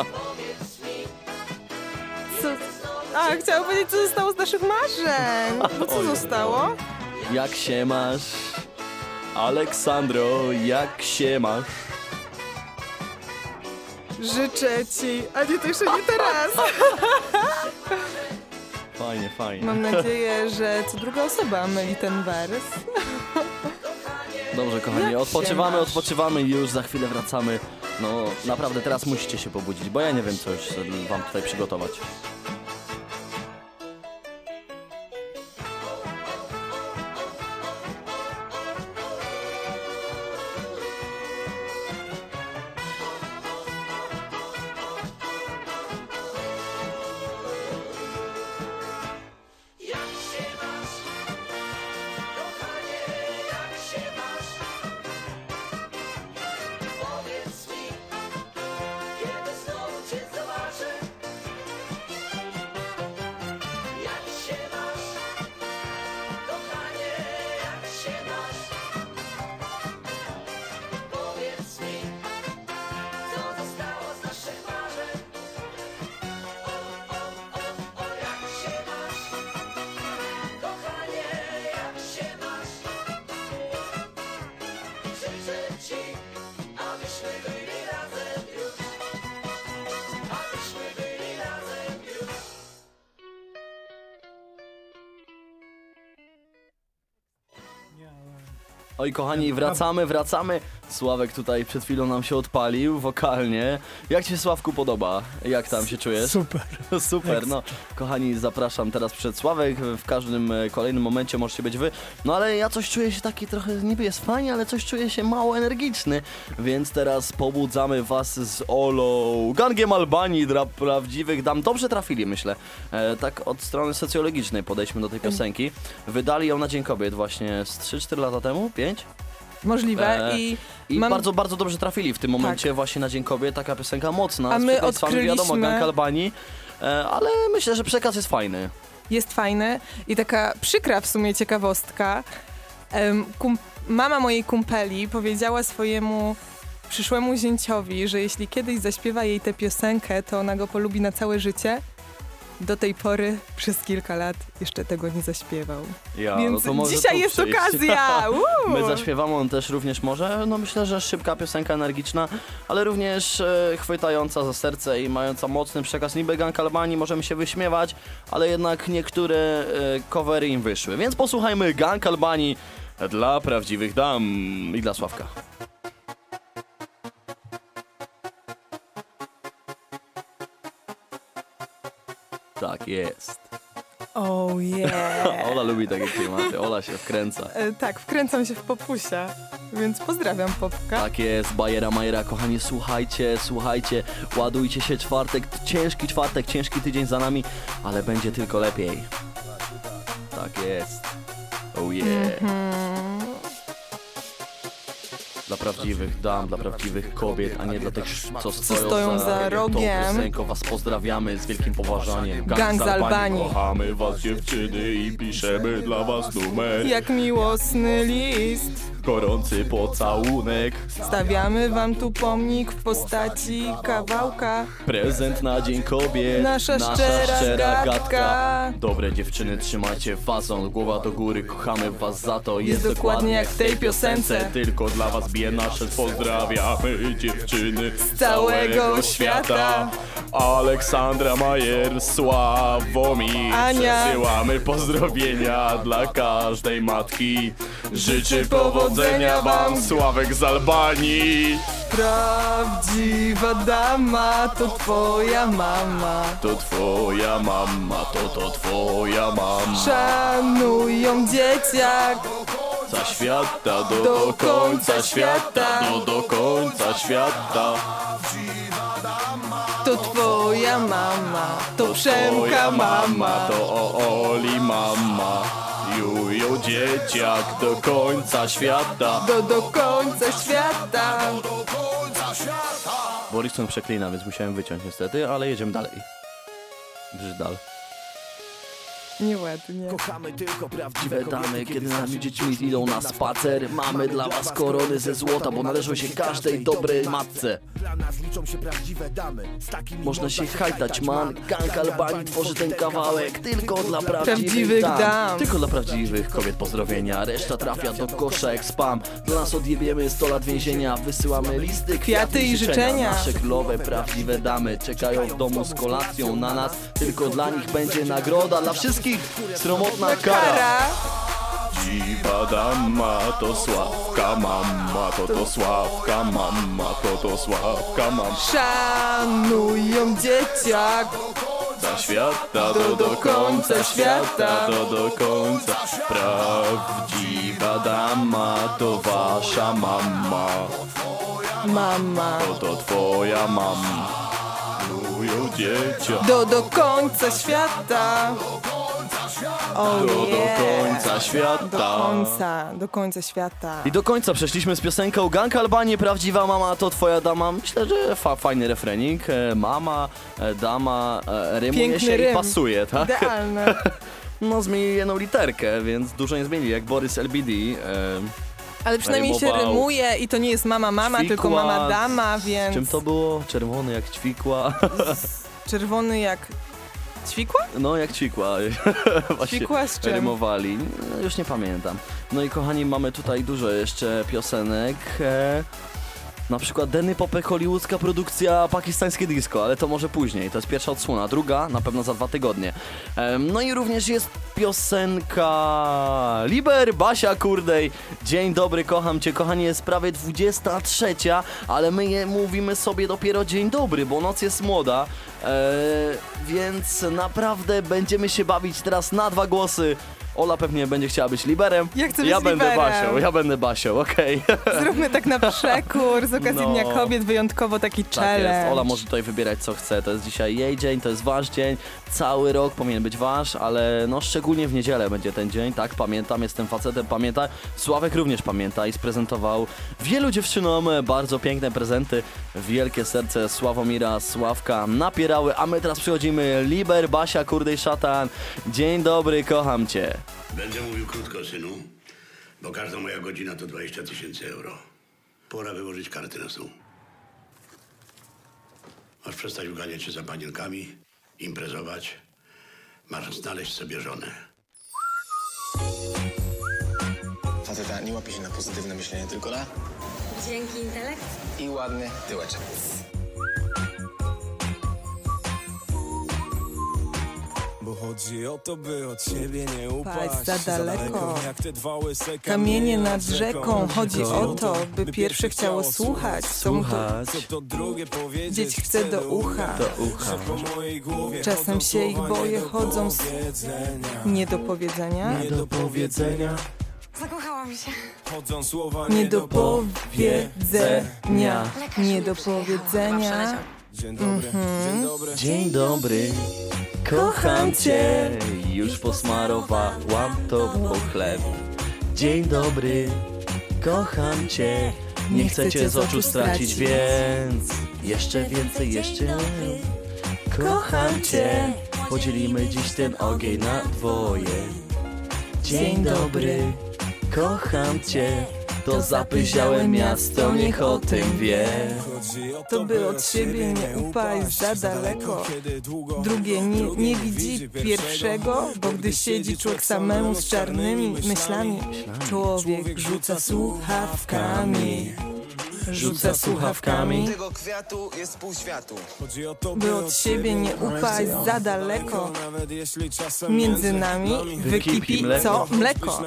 Co? A, chciałam powiedzieć, co zostało z naszych marzeń. No co
Oj,
zostało?
Jak się masz? Aleksandro, jak się masz?
Życzę ci, a nie, to jeszcze nie teraz.
Fajnie.
Mam nadzieję, że co druga osoba myli ten wers.
Dobrze, kochani,
Jak się masz?
odpoczywamy i już za chwilę wracamy. No, naprawdę teraz musicie się pobudzić, bo ja nie wiem, co już wam tutaj przygotować. Oj, kochani, wracamy. Sławek tutaj przed chwilą nam się odpalił wokalnie. Jak ci się, Sławku, podoba? Jak tam się czujesz?
Super.
Super, no. Kochani, zapraszam teraz przed Sławek. W każdym kolejnym momencie możecie być wy. No ale ja coś czuję się taki trochę, niby jest fajnie, ale coś czuję się mało energiczny. Więc teraz pobudzamy was z Olą. Gangiem Albanii dla prawdziwych dam. Dobrze trafili, myślę. Tak od strony socjologicznej podejdźmy do tej piosenki. Wydali ją na Dzień Kobiet właśnie z 3-4 lata temu, 5?
Możliwe
I
mam-
bardzo, bardzo dobrze trafili w tym momencie właśnie na Dzień Kobiet, taka piosenka mocna,
A
z
my
przekleństwami, wiadomo,
odkryliśmy-
Gang Albanii, ale myślę, że przekaz jest fajny.
jest fajny i taka przykra w sumie ciekawostka. Mama mojej kumpeli powiedziała swojemu przyszłemu zięciowi, że jeśli kiedyś zaśpiewa jej tę piosenkę, to ona go polubi na całe życie. Do tej pory przez kilka lat jeszcze tego nie zaśpiewał.
Ja,
Więc
no to może
dzisiaj
tu
jest
przyjść.
okazja!
My zaśpiewamy, on też również może. No myślę, że szybka piosenka, energiczna, ale również chwytająca za serce i mająca mocny przekaz. Niby Gang Albanii, możemy się wyśmiewać, ale jednak niektóre covery im wyszły. Więc posłuchajmy Gang Albanii dla prawdziwych dam i dla Sławka. Tak jest.
Oh yeah!
Ola lubi takie klimaty, Ola się wkręca.
Tak, wkręcam się w popusia, więc pozdrawiam Popka.
Tak jest, Bajera Majera, kochani, słuchajcie, ładujcie się, czwartek, ciężki tydzień za nami, ale będzie tylko lepiej. Tak jest. Oh yeah. Dla prawdziwych dam, dla prawdziwych kobiet, a nie dla tych, co stoją za
rogiem.
Tą piosenką was pozdrawiamy z wielkim poważaniem.
Gang z Albanii.
Kochamy was, dziewczyny, i piszemy dla was numer.
Jak miłosny list.
gorący pocałunek.
Stawiamy wam tu pomnik w postaci kawałka.
Prezent na Dzień Kobiet,
Nasza szczera gadka.
Dobre dziewczyny, trzymajcie fazon, głowa do góry, kochamy was za to.
Jest dokładnie jak w tej piosence.
Tylko dla was bije nasze, pozdrawiamy dziewczyny
Z całego świata.
Aleksandra Majer, Sławomir,
Ania.
przesyłamy pozdrowienia dla każdej matki. Życzę powodzenia wam, Sławek z Albanii.
Prawdziwa dama to twoja mama.
To twoja mama, to twoja mama.
Szanują dzieciak.
Za świata, do końca świata, do końca świata.
To twoja mama, to Przemka mama.
To Oli mama. Jujo dzieciak do końca świata.
Do końca świata.
Borysson przeklina, więc musiałem wyciąć niestety, ale jedziemy dalej. Brzydal.
Nieładnie.
Kochamy tylko
Prawdziwe damy, kiedy nami dziećmi idą na spacer. Mamy dla was korony ze złota, bo należą się każdej dobrej matce.
Dla nas liczą się prawdziwe damy. Z takimi
Można się
można
hajtać, man. Gang Albanii tworzy ten kawałek tylko dla
Prawdziwych
prawdziwych
dam.
Tylko dla prawdziwych kobiet pozdrowienia. Reszta trafia do kosza jak spam. Dla nas odjebiemy 100 lat więzienia. Wysyłamy listy,
Kwiaty i życzenia.
Nasze królowe, prawdziwe damy czekają w domu z kolacją na nas. Tylko dla nich będzie nagroda. Dla wszystkich sromotna kara.
Kara.
Dziwa dama, to Sławka mama, to Sławka mama, to Sławka mama.
Szanują dzieciak.
Za świata,
Do końca świata.
do końca. Prawdziwa dama, to wasza mama,
Mama.
to twoja mama. Lubią dzieciak.
Do końca świata. Oh
Do
yeah.
końca świata.
Do końca świata.
I do końca przeszliśmy z piosenką Gang Albanii, prawdziwa mama to twoja dama. Myślę, że fajny refrenik. Mama, dama, rymuje
Piękny
się
rym.
i pasuje, tak?
Idealne.
No zmienili jedną literkę, więc dużo nie zmienili, jak Borys LBD.
Ale przynajmniej się
rymował.
rymuje i to nie jest mama,
Ćwikła.
tylko mama dama, więc...
Czym to było? Czerwony jak ćwikła.
Czerwony jak... Ćwikła?
No jak ćwikła. Właśnie
Ćwikła z czym?
rymowali. Już nie pamiętam. No i kochani, mamy tutaj dużo jeszcze piosenek. Na przykład Denny Popek, hollywoodzka produkcja, pakistańskie disco, ale to może później, to jest pierwsza odsłona, druga na pewno za 2 tygodnie. No i również jest piosenka Liber, Basia Kurdej, dzień dobry, kocham cię, kochani, jest prawie 23, ale my je mówimy sobie dopiero dzień dobry, bo noc jest młoda, więc naprawdę będziemy się bawić teraz na 2 głosy. Ola pewnie będzie chciała być liberem.
Ja chcę być
będę
liberem.
Basią, ja będę Basią, okej.
Zróbmy tak na przekór, z okazji
No.
Dnia Kobiet, wyjątkowo taki
Tak
challenge.
jest, Ola może tutaj wybierać co chce, to jest dzisiaj jej dzień, to jest wasz dzień, cały rok powinien być wasz, ale no szczególnie w niedzielę będzie ten dzień, tak, pamiętam, jestem facetem, pamiętam, Sławek również pamięta i sprezentował wielu dziewczynom bardzo piękne prezenty, wielkie serce Sławomira, Sławka napierały, a my teraz przychodzimy, Liber, Basia, Kurdej, Szatan, dzień dobry, kocham cię.
Będę mówił krótko, synu, bo każda moja godzina to 20 000 euro. Pora wyłożyć karty na stół. Masz przestać uganiać się za panienkami, imprezować. Masz znaleźć sobie żonę.
Faceta nie łapie się na pozytywne myślenie, tylko na...
Dzięki intelekt.
I ładny tyłeczek.
Bo chodzi o to, by od siebie nie upaść.
Paść za daleko.
Jak te 2 łyse
Kamienie nad rzeką, chodzi o to, by pierwsze chciało słuchać, co mu to
Co to drugie powiedzieć
dzieć chce do ucha.
Że po mojej głowie
Czasem się ich boję, chodzą z nie do powiedzenia.
nie do powiedzenia.
Zakochałam się.
Chodzą słowa
Nie do powiedzenia. Nie do powiedzenia.
Dzień dobry, dzień dobry.
Dzień dobry, kocham cię, już posmarowałam tobą chleb. Dzień dobry, kocham cię, nie chcę cię z oczu stracić, więc jeszcze więcej, jeszcze kocham cię, podzielimy dziś ten ogień na 2. Dzień dobry, kocham cię, To zapyziałe miasto niech o tym wie.
To by od siebie nie upaść za daleko. Drugie nie widzi pierwszego, bo gdy siedzi człowiek samemu z czarnymi myślami, człowiek rzuca słuchawkami. Rzuca słuchawkami.
Tego kwiatu jest pół światu.
By od siebie nie upaść za daleko. Między nami wykipi co mleko.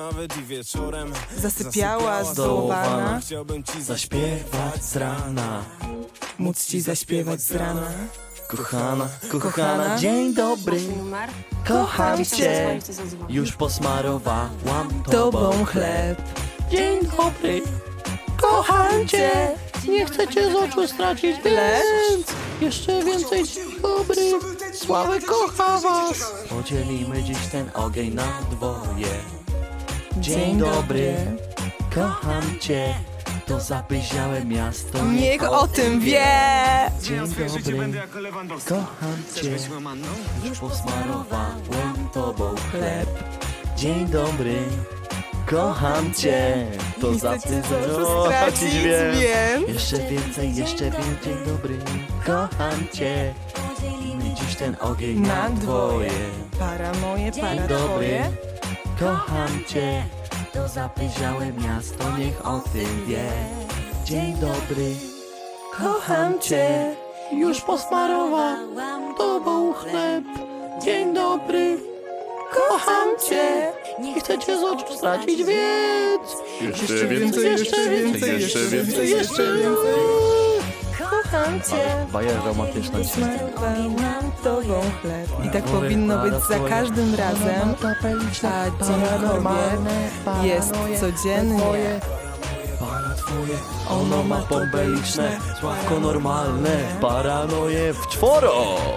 Zasypiała zdołowana,
Zaśpiewać z rana.
móc ci zaśpiewać z rana.
Kochana, kochana, dzień dobry. Kocham cię. Już posmarowałam
Tobą chleb.
Dzień dobry. Kocham cię. Nie chcę cię z oczu stracić, więc jeszcze więcej dzień dobry. Sławek kocha was. Podzielimy dziś ten ogień na dwoje. Dzień dobry. Kocham cię. To zapyziałe miasto.
Niech o tym wie.
Dzień dobry. Kocham cię. Już posmarowałem tobą chleb. Dzień dobry. Kocham cię. To
Nie chcę cię z oczu
zapyziałe
stracić, więc
Jeszcze więcej, dzień dobry. Kocham cię. Dziś ten ogień
na
na
dwoje.
dwoje.
Para moje,
Dzień
para
dobry.
twoje.
Kocham cię. To zapyziałe miasto, niech o tym wie. Dzień dobry. Kocham cię. Już posmarowałam tobą chleb. Dzień dobry. Kocham cię. Nie chcę cię z oczu stracić, więc
Jeszcze więcej, jeszcze więcej, jeszcze więcej, jeszcze więcej. Kocham cię.
Bajer romantyczna dzisiaj.
Smarowałam tobą chleb. I tak powinno być za każdym razem, a Dzień Kobiet jest codziennie.
Pana twoje, ono ma pombeiczne, Sławko normalne, paranoje w czworo.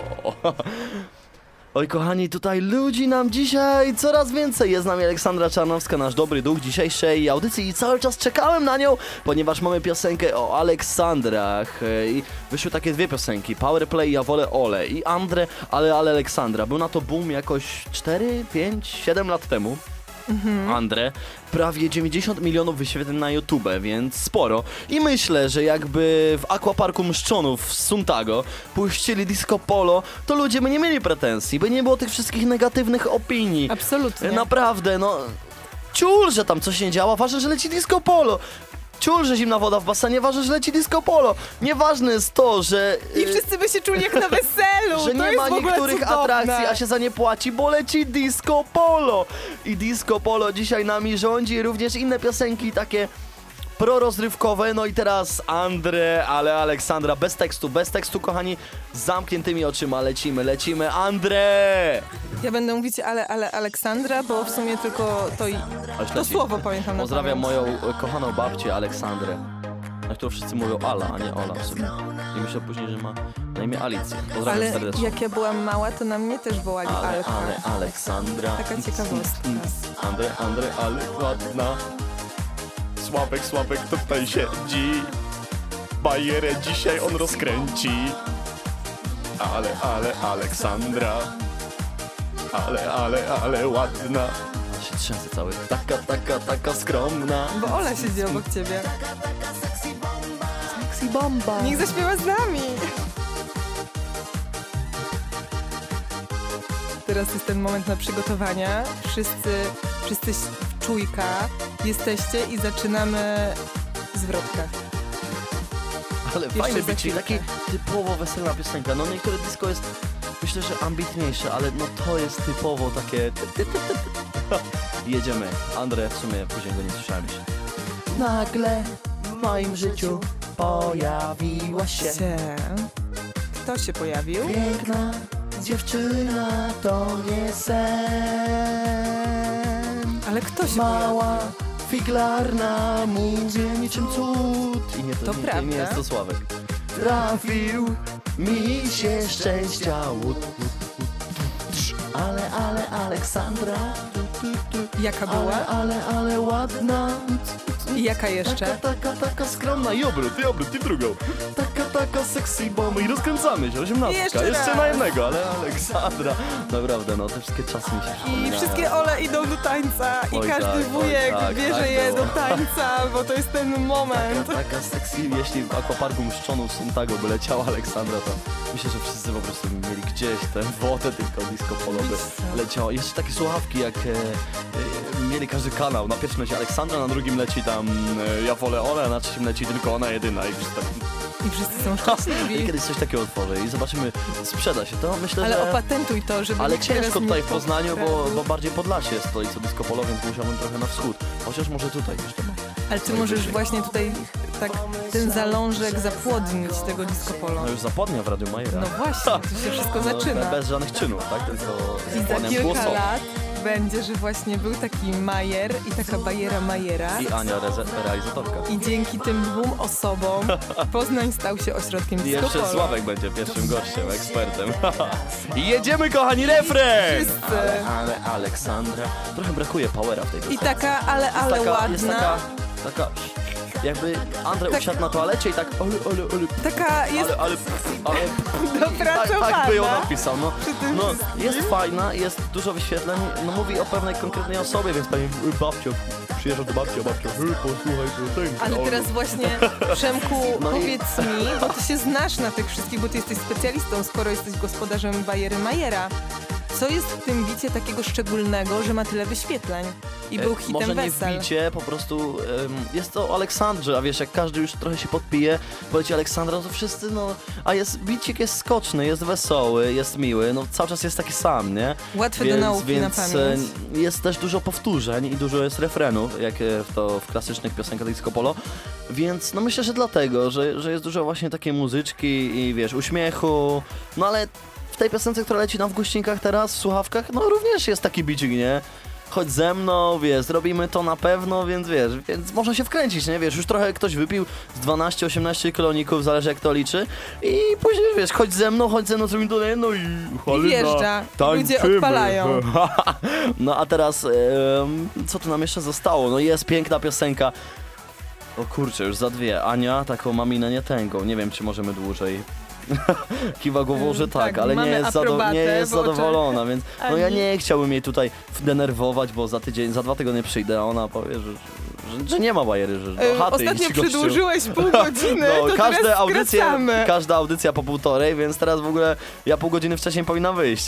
Oj kochani, tutaj ludzi nam dzisiaj coraz więcej. Jest z nami Aleksandra Czarnowska, nasz dobry duch dzisiejszej audycji i cały czas czekałem na nią, ponieważ mamy piosenkę o Aleksandrach i wyszły takie dwie piosenki, Powerplay, Ja wolę Ole i Andre, ale Aleksandra. Był na to boom jakoś 4, 5, 7 lat temu. Andre, prawie 90 milionów wyświetleń na YouTube, więc sporo. I myślę, że jakby w Aquaparku Mszczonów w Suntago puścili Disco Polo, to ludzie by nie mieli pretensji, by nie było tych wszystkich negatywnych opinii.
Absolutnie.
Naprawdę, no... Ciul, że tam coś nie działa, ważne, że leci Disco Polo. Ciul, że zimna woda w basenie, ważne, że leci Disco Polo. Nieważne jest to, że...
I wszyscy by się czuli jak na weselu.
że
To
nie
jest
ma
w ogóle
niektórych
cudowne.
atrakcji, a się za nie płaci, bo leci Disco Polo. I Disco Polo dzisiaj nami rządzi, również inne piosenki takie prorozrywkowe. No i teraz Andre, ale Aleksandra, bez tekstu, kochani, z zamkniętymi oczyma lecimy, Andre!
Ja będę mówić ale Aleksandra, bo w sumie tylko to słowo pamiętam na
Pozdrawiam
pamięć.
moją kochaną babcię Aleksandrę, na którą wszyscy mówią Ala, a nie Ola w sumie. I myślę później, że ma na imię Alicja. Pozdrawiam
Ale
serdecznie.
jak ja byłam mała, to na mnie też wołali Alka.
Ale Aleksandra.
Taka ciekawostka.
Andre, ale ładna. Sławek tutaj siedzi. Bajerę dzisiaj on rozkręci. Ale Aleksandra. Ale ładna. Ja się trzęsę cały. Taka skromna.
Bo Ola siedzi obok ciebie.
Sexy bomba.
Niech zaśpiewa z nami. Teraz jest ten moment na przygotowania. Wszyscy w czujka jesteście i zaczynamy zwrotka.
Ale fajny być, czyli taki typowo weselna piosenka. No niektóre disco jest, myślę, że ambitniejsze, ale no to jest typowo takie... Jedziemy. Andre, w sumie później go nie słyszałem jeszcze. Nagle w moim życiu pojawiła się
Kto się pojawił?
piękna dziewczyna, to nie sen.
Ale kto się
Mała, figlarna, mówię niczym cud. I nie
To
nie
prawda.
jest to Sławek. Trafił mi się szczęścia łód. Ale Aleksandra.
Jaka była?
Ale ładna.
I jaka jeszcze?
Taka skromna. I obrót, i w drugą. Taka taka sexy bomba i rozkręcamy się, 18.
Jeszcze
Jeszcze
raz.
na jednego, ale Aleksandra. Naprawdę, no te wszystkie czasy mi się
I
przypominają.
wszystkie Ole idą do tańca i
Oj,
każdy
tak,
wujek
oj, tak,
bierze
tak
je
było.
do tańca, bo to jest ten moment.
Taka sexy, jeśli w akwaparku Mszczonów Suntago by leciała Aleksandra, to myślę, że wszyscy po prostu mieli gdzieś tę wodę, tylko disco polo by leciało. Jeszcze takie słuchawki, jak mieli każdy kanał. Na pierwszym leci Aleksandra, na drugim leci tam Ja wolę Ole, a na trzecim leci tylko ona jedyna.
I wszyscy są
I
szczęśliwi.
kiedyś coś takiego otworzę i zobaczymy, sprzeda się to. Myślę,
Ale
że...
opatentuj to, żeby
Ale
nikt teraz
ciężko
nie
tutaj w Poznaniu,
pokradł.
bo bardziej Podlasie jest stolicą disco polo, więc musiałbym trochę na wschód. Chociaż może tutaj jeszcze.
Ale ty możesz właśnie tutaj tak ten zalążek zapłodnić tego disco polo.
No już zapodnia w Radiu Majera.
No właśnie, tu się wszystko zaczyna.
Bez żadnych czynów, tak? Tylko
I za
zapłodniam
kilka
głosowo.
lat będzie, że właśnie był taki Majer i taka bajera Majera.
I Ania, realizatorka.
I dzięki tym dwóm osobom Poznań stał się ośrodkiem
I
disco
jeszcze
polo.
Sławek będzie pierwszym gościem, ekspertem. I jedziemy, kochani, refren!
Wszyscy.
Ale Aleksandra. Trochę brakuje powera w tej
I
piosence.
taka, ale
Jest
ładna.
taka... Jakby Andrzej usiadł na toalecie i tak
Taka jest
ale
dopracowana.
tak by ją napisał, no.
Przy tym
No,
wszystkim.
jest fajna, jest dużo wyświetleń, no mówi o pewnej konkretnej osobie, więc pani babcia, przyjeżdża do babcia, posłuchaj piosenki.
Ale teraz właśnie, Przemku,
No i-
powiedz mi, bo ty się znasz na tych wszystkich, bo ty jesteś specjalistą, skoro jesteś gospodarzem bajery Majera. Co jest w tym bicie takiego szczególnego, że ma tyle wyświetleń? I był hitem
Może nie
wesel.
wbicie, po prostu jest to o Aleksandrze, a wiesz, jak każdy już trochę się podpije, poleci Aleksandra, to wszyscy, no, a bicik jest skoczny, jest wesoły, jest miły, no cały czas jest taki sam, nie?
Łatwy do nauki na pamięć.
Jest też dużo powtórzeń i dużo jest refrenów, jak w klasycznych piosenkach disco polo, więc no myślę, że dlatego, że jest dużo właśnie takiej muzyczki i wiesz, uśmiechu, no ale w tej piosence, która leci nam w gościnkach teraz, w słuchawkach, no również jest taki bicik, nie? Chodź ze mną, wiesz, zrobimy to na pewno, więc wiesz, więc można się wkręcić, nie? Wiesz, już trochę ktoś wypił z 12-18 kiloników, zależy jak to liczy i później, wiesz, chodź ze mną, zrobimy to, no i Halina,
wjeżdża, ludzie
tańczymy.
odpalają.
No a teraz, co tu nam jeszcze zostało? No jest piękna piosenka. O kurczę, już za dwie. Ania, taką maminę nie tęgą, nie wiem, czy możemy dłużej. Kiwa głową, że tak, ale nie
mamy
jest,
aprobatę
nie jest
w oczach
zadowolona, więc no ja
Ani.
nie chciałbym jej tutaj denerwować, bo za tydzień, za 2 tygodnie przyjdę, a ona powie, że nie ma bajery, że do chaty
Ostatnio
idź, gościu.
przedłużyłeś pół godziny,
No,
to teraz skracamy.
każda audycja po 1,5, więc teraz w ogóle ja pół godziny wcześniej powinna wyjść.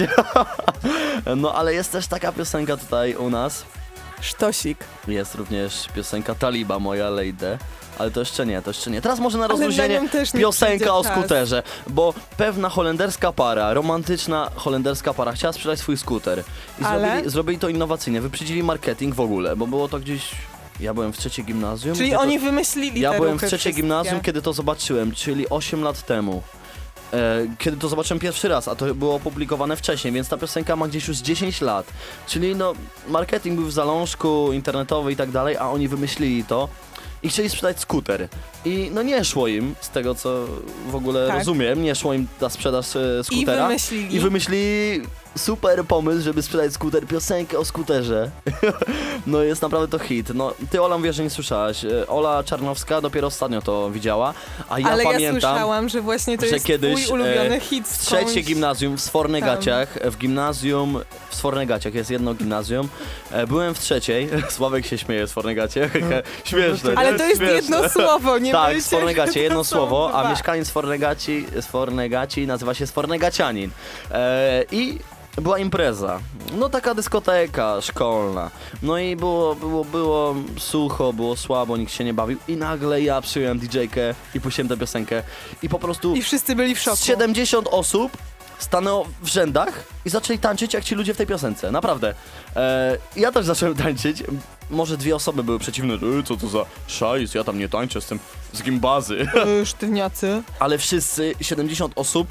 No ale jest też taka piosenka tutaj u nas.
Sztosik.
Jest również piosenka Taliba, moja lady. Ale to jeszcze nie. Teraz może na
Ale
rozluźnienie
na nią też nie
piosenka
przyjdzie
o
czas.
skuterze, bo pewna holenderska para, romantyczna holenderska para chciała sprzedać swój skuter. I
Ale?
zrobili to innowacyjnie, wyprzedzili marketing w ogóle, bo było to gdzieś... Ja byłem w trzeciej gimnazjum.
Czyli
gdzie to-
oni wymyślili
Ja
te
byłem w
ruchy
trzeciej
wszystkie.
gimnazjum, kiedy to zobaczyłem, czyli 8 lat temu. Kiedy to zobaczyłem pierwszy raz, a to było opublikowane wcześniej, więc ta piosenka ma gdzieś już 10 lat. Czyli no, marketing był w zalążku, internetowy i tak dalej, a oni wymyślili to i chcieli sprzedać skuter. I no nie szło im, z tego co w ogóle
Tak.
rozumiem, nie szło im ta sprzedaż skutera. I wymyślili super pomysł, żeby sprzedać skuter, piosenkę o skuterze. No jest naprawdę to hit. No ty, Ola, mówię, że nie słyszałaś. Ola Czarnowska dopiero ostatnio to widziała, a ja
Ale
pamiętam...
ja słyszałam, że właśnie to
że
jest
kiedyś,
twój ulubiony hit.
w trzeciej gimnazjum w Sfornegaciach, w Sfornegaciach jest jedno gimnazjum, byłem w trzeciej, Sławek się śmieje w Sfornegacie, śmieszne.
Ale
nie?
to jest
Śmieszne.
jedno słowo, nie
Tak,
myślcie,
w Sfornegacie
że
jedno
to są
słowo, a
dwa.
mieszkaniec Sfornegaci nazywa się Sfornegacianin. I była impreza, no taka dyskoteka szkolna, no i było sucho, było słabo, nikt się nie bawił i nagle ja przyjąłem DJ-kę i puściłem tę piosenkę i po prostu
I wszyscy byli w szoku.
70 osób stanęło w rzędach i zaczęli tańczyć jak ci ludzie w tej piosence, naprawdę. Ja też zacząłem tańczyć, może 2 osoby były przeciwne, co to za szajs, ja tam nie tańczę, jestem z gimbazy.
Sztywniacy.
Ale wszyscy, 70 osób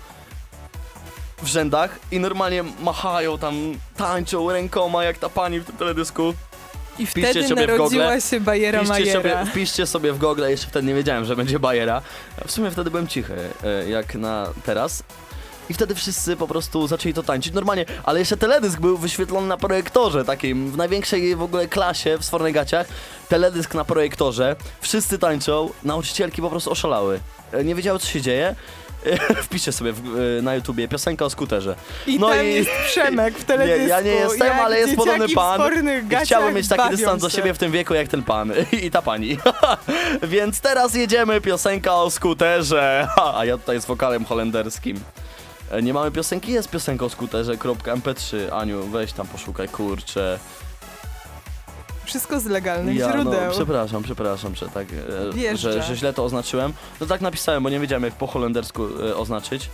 w rzędach i normalnie machają tam, tańczą rękoma jak ta pani w tym teledysku.
I
Wpiszcie
wtedy
sobie w
narodziła
Google.
się bajera Majera.
Wpiszcie sobie w Google, jeszcze wtedy nie wiedziałem, że będzie bajera. W sumie wtedy byłem cichy, jak na teraz. I wtedy wszyscy po prostu zaczęli to tańczyć normalnie, ale jeszcze teledysk był wyświetlony na projektorze takim, w największej w ogóle klasie w Sfornegaciach. Teledysk na projektorze, wszyscy tańczą, nauczycielki po prostu oszalały. Nie wiedziały, co się dzieje. Wpiszcie sobie na YouTubie piosenka o skuterze.
I tam jest Przemek w teledysku.
Nie, ja nie jestem, ale jest podobny pan. I chciałbym mieć taki dystans do
się.
siebie w tym wieku jak ten pan i ta pani. Więc teraz jedziemy, piosenka o skuterze. A ja tutaj z wokalem holenderskim. Nie mamy piosenki? Jest piosenka o skuterze, .mp3. Aniu, weź tam poszukaj, kurczę.
Wszystko z legalnych
Ja,
źródeł.
no, przepraszam, że tak, że źle to oznaczyłem. No tak napisałem, bo nie wiedziałem jak po holendersku oznaczyć.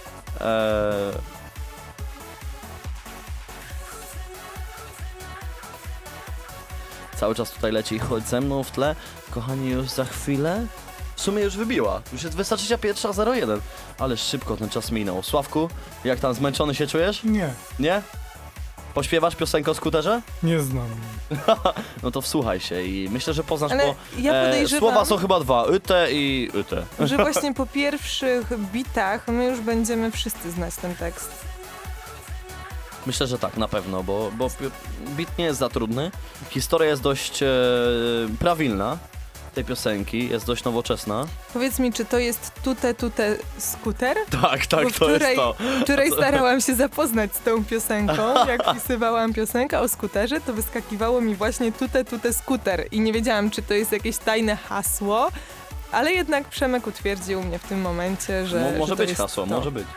Cały czas tutaj leci Chodź ze mną w tle. Kochani, już za chwilę. W sumie już wybiła. Już jest 21:01. Ale szybko ten czas minął. Sławku, jak tam zmęczony się czujesz?
Nie,
Nie? Pośpiewasz piosenkę o skuterze?
nie znam.
No to wsłuchaj się i myślę, że poznasz,
Ale
bo
ja podejrzewam,
słowa są chyba dwa. Yte i yte.
że właśnie po pierwszych bitach my już będziemy wszyscy znać ten tekst.
Myślę, że tak, na pewno, bo beat nie jest za trudny. Historia jest dość prawilna tej piosenki, jest dość nowoczesna.
Powiedz mi, czy to jest tute skuter?
Tak,
Bo
to jest to.
Wczoraj starałam się zapoznać z tą piosenką. Jak wpisywałam piosenkę o skuterze, to wyskakiwało mi właśnie tute skuter. I nie wiedziałam, czy to jest jakieś tajne hasło, ale jednak Przemek utwierdził mnie w tym momencie, że
Może
że to
być
jest
hasło,
to.
może być.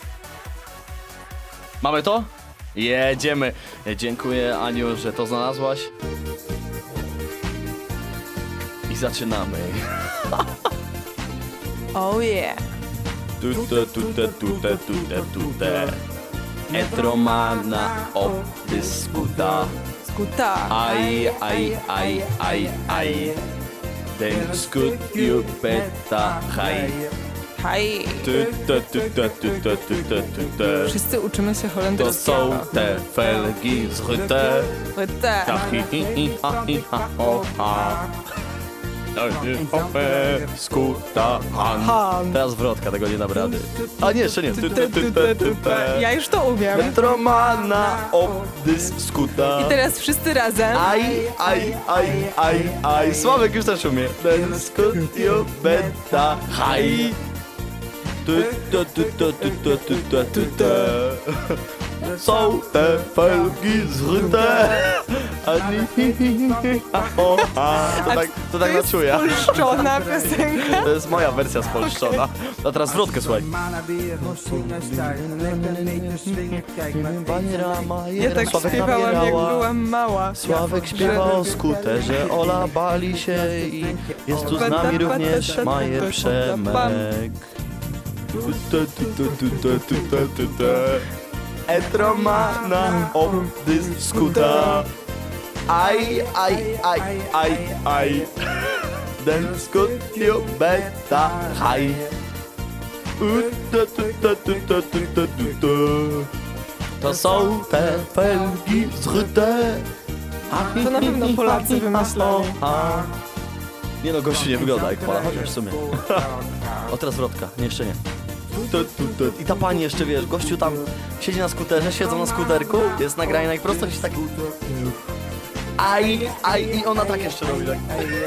Mamy to? Jedziemy. Dziękuję, Aniu, że to znalazłaś. I zaczynamy.
Oh yeah.
Tute. Etromana obdyskuta.
Skuta.
Aj. Den skut ju beta haj.
Haj. Wszyscy uczymy się
To
holenderskiego.
są te felgi zryte.
Ryte.
Skuta han. Teraz wrotka, tego nie dam rady. A nie, jeszcze nie.
Ja już to umiem.
Metromana obdys skuta.
I teraz wszyscy razem.
Aj. Sławek już też umie. Den skut ju beta haj. Są te felgi zryte. To tak na czuję.
Spolszczona piosenka.
To jest moja wersja spolszczona. A teraz zwrotkę słuchaj.
Ja tak śpiewałam, jak byłam mała.
Sławek śpiewa o skuterze, Ola bali się i jest tu z nami również Majer Przemek. Etromana obdyskuta. Aj. Den skut ju beta haj. To są te felgi zryte.
To na pewno Polacy wymyślali.
Nie no, gościu nie wygląda jak Pola, chociaż w sumie. O, teraz wrotka, nie, jeszcze nie. I ta pani jeszcze, wiesz, gościu tam siedzi na skuterze, siedzą na skuterku, jest nagranie jak prosto, gdzieś tak... Aj, i ona tak jeszcze robi, tak.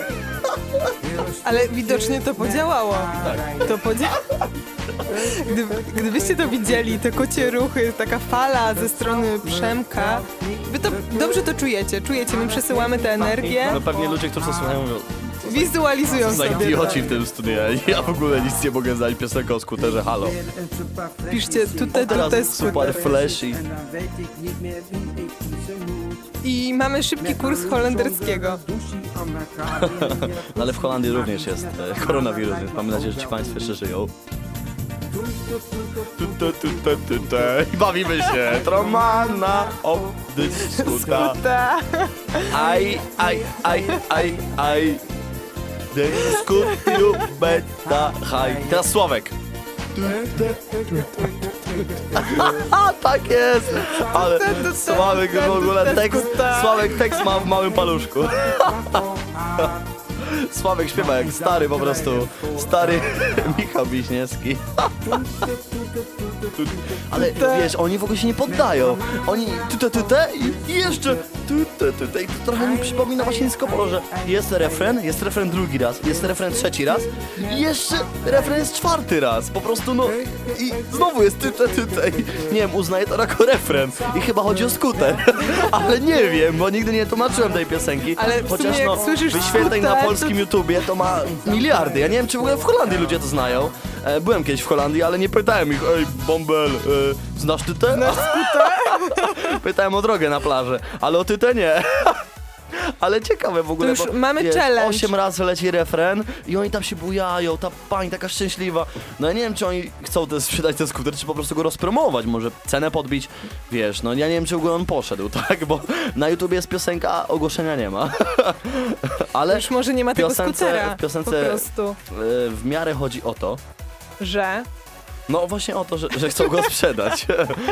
Ale widocznie to podziałało.
Tak.
To podziałało. Gdybyście to widzieli, te kocie ruchy, taka fala ze strony Przemka, wy to dobrze to czujecie, my przesyłamy tę energię,
No pewnie ludzie, którzy to słuchają, mówią,
wizualizują
za
sobie
idioci
to.
w tym studiu, ja w ogóle nic nie mogę znać, piosenkę o skuterze, halo.
Piszcie tute
Teraz super
skuter.
flashy.
I mamy szybki kurs holenderskiego.
No ale w Holandii również jest koronawirus, więc mamy nadzieję, że ci państwo jeszcze żyją. I bawimy się. Tromana obdyskuta.
Skuta.
Aj. Dyskutiu beta haj. Teraz Sławek. Tak jest! Ale Sławek w ogóle tekst ma w małym paluszku. Sławek śpiewa jak stary po prostu. Stary Michał Wiśniewski. Ale wiesz, oni w ogóle się nie poddają. Oni te i jeszcze te. I to trochę mi przypomina właśnie Disco Polo, że jest refren drugi raz, jest refren trzeci raz i jeszcze refren jest czwarty raz. Po prostu no i znowu jest te. I, nie wiem, uznaję to jako refren i chyba chodzi o skuter. Ale nie wiem, bo nigdy nie tłumaczyłem tej piosenki.
Ale
chociaż no wyświetleń na polskim YouTubie to ma miliardy. Ja nie wiem, czy w ogóle w Holandii ludzie to znają. Byłem kiedyś w Holandii, ale nie pytałem ich, ej, Bąbel, znasz ty te?
Znasz skuter?
Pytałem o drogę na plażę, ale o ty te nie. Ale ciekawe w ogóle,
to już
bo
mamy
wiesz,
challenge.
8 razy leci refren i oni tam się bujają, ta pani taka szczęśliwa. No ja nie wiem, czy oni chcą sprzedać ten skuter, czy po prostu go rozpromować, może cenę podbić, wiesz, no ja nie wiem, czy w ogóle on poszedł, tak, bo na YouTubie jest piosenka, a ogłoszenia nie ma. Ale
już może nie ma tego skutera,
w piosence
po prostu.
W miarę chodzi o to,
że?
No właśnie o to, że chcą go sprzedać.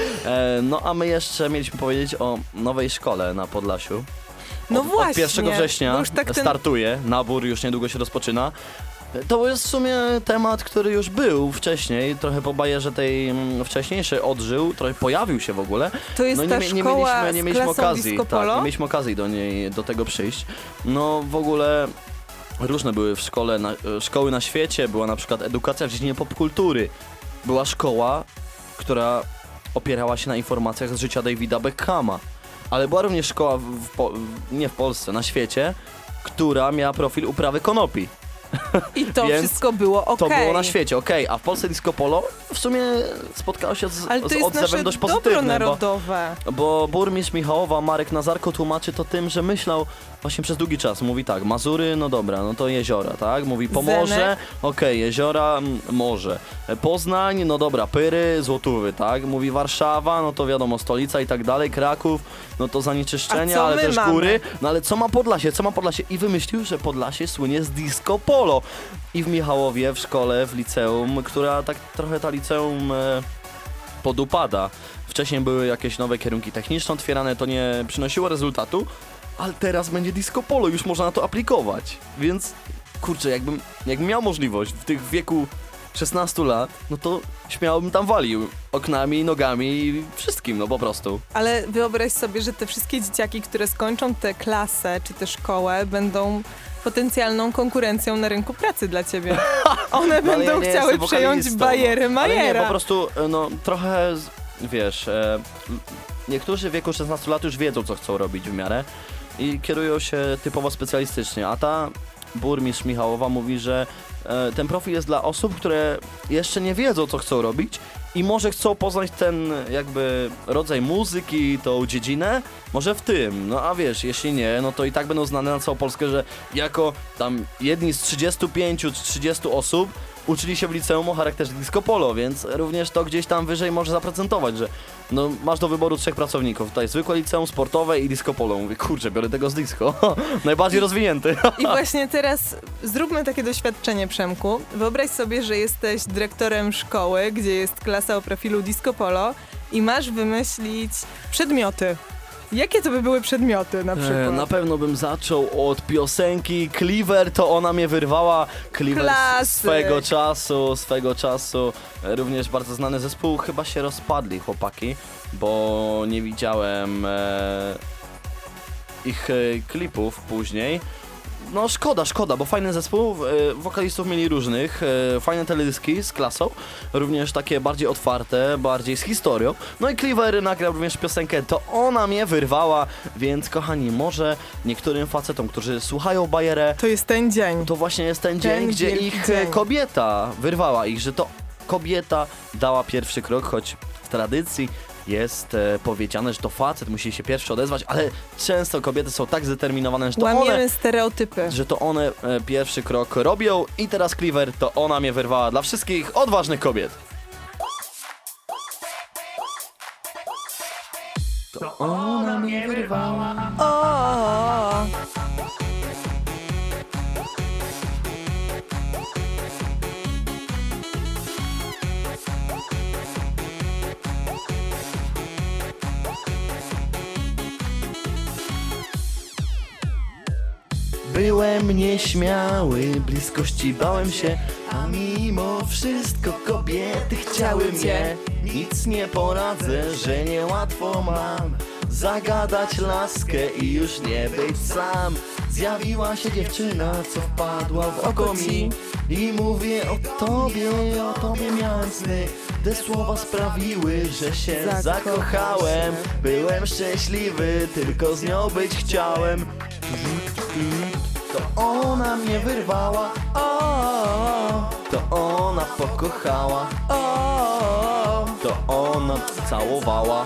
No a my jeszcze mieliśmy powiedzieć o nowej szkole na Podlasiu.
No właśnie.
Od 1 września tak startuje, nabór już niedługo się rozpoczyna. To jest w sumie temat, który już był wcześniej, trochę po bajerze tej wcześniejszej odżył, trochę pojawił się w ogóle.
To jest ta szkoła
nie mieliśmy okazji,
Disco Polo?
nie mieliśmy okazji do tego przyjść. No w ogóle różne były w szkole, szkoły na świecie, była na przykład edukacja w dziedzinie popkultury. Była szkoła, która opierała się na informacjach z życia Davida Beckhama. Ale była również szkoła, nie w Polsce, na świecie, która miała profil uprawy konopi.
I to wszystko było okej.
To było na świecie, okej. A w Polsce Disco Polo w sumie spotkało się z odzewem dość pozytywnym. Bo burmistrz Michałowa, Marek Nazarko, tłumaczy to tym, że myślał właśnie przez długi czas. Mówi tak, Mazury, no dobra, no to jeziora, tak? Mówi Pomorze, okej, jeziora, morze. Poznań, no dobra, Pyry, Złotówy, tak? Mówi Warszawa, no to wiadomo, stolica i tak dalej. Kraków, no to zanieczyszczenia, ale też góry. No ale co ma Podlasie? I wymyślił, że Podlasie słynie z Disco Polo. I w Michałowie, w szkole, w liceum, która tak trochę ta liceum podupada. Wcześniej były jakieś nowe kierunki techniczne otwierane, to nie przynosiło rezultatu, ale teraz będzie Disco Polo, już można na to aplikować. Więc kurczę, jakbym miał możliwość w tych wieku 16 lat, no to śmiało bym tam walił oknami, nogami i wszystkim, no po prostu.
Ale wyobraź sobie, że te wszystkie dzieciaki, które skończą tę klasę czy tę szkołę, będą potencjalną konkurencją na rynku pracy dla ciebie. One będą chciały przejąć bajerę Majera.
Ale nie, po prostu, no trochę, wiesz, niektórzy w wieku 16 lat już wiedzą, co chcą robić w miarę i kierują się typowo specjalistycznie, a ta burmistrz Michałowa mówi, że ten profil jest dla osób, które jeszcze nie wiedzą, co chcą robić i może chcą poznać ten jakby rodzaj muzyki, tą dziedzinę, może w tym. No a wiesz, jeśli nie, no to i tak będą znane na całą Polskę, że jako tam jedni z 35 czy 30 osób uczyli się w liceum o charakterze Disco Polo, więc również to gdzieś tam wyżej może zaprocentować, że no masz do wyboru 3 pracowników. Tutaj zwykłe liceum, sportowe i Disco Polo. Mówię, kurczę, biorę tego z disco. Najbardziej rozwinięty.
I właśnie teraz zróbmy takie doświadczenie, Przemku. Wyobraź sobie, że jesteś dyrektorem szkoły, gdzie jest klasa o profilu Disco Polo i masz wymyślić przedmioty. Jakie to by były przedmioty na przykład?
Na pewno bym zaczął od piosenki Cleaver, to ona mnie wyrwała. Cleaver swego czasu. Również bardzo znany zespół, chyba się rozpadli chłopaki, bo nie widziałem ich klipów później. No szkoda, bo fajny zespół, wokalistów mieli różnych, fajne teledyski z klasą, również takie bardziej otwarte, bardziej z historią. No i Cleaver nagrał również piosenkę To ona mnie wyrwała, więc kochani, może niektórym facetom, którzy słuchają bajerę,
to jest ten dzień.
To właśnie jest ten dzień, gdzie ich kobieta wyrwała ich, że to kobieta dała pierwszy krok, choć w tradycji jest powiedziane, że to facet musi się pierwszy odezwać, ale często kobiety są tak zdeterminowane, że to
łamiemy stereotypy.
Że to one pierwszy krok robią i teraz Cleaver, to ona mnie wyrwała dla wszystkich odważnych kobiet. To ona mnie wyrwała. byłem nieśmiały, bliskości bałem się, a mimo wszystko kobiety chciały mnie. Nic nie poradzę, że niełatwo mam zagadać laskę i już nie być sam. Zjawiła się dziewczyna, co wpadła w oko mi i mówię o tobie miałem sny. Te słowa sprawiły, że się zakochałem. Byłem szczęśliwy, tylko z nią być chciałem. To ona mnie wyrwała, to ona pokochała, to ona całowała.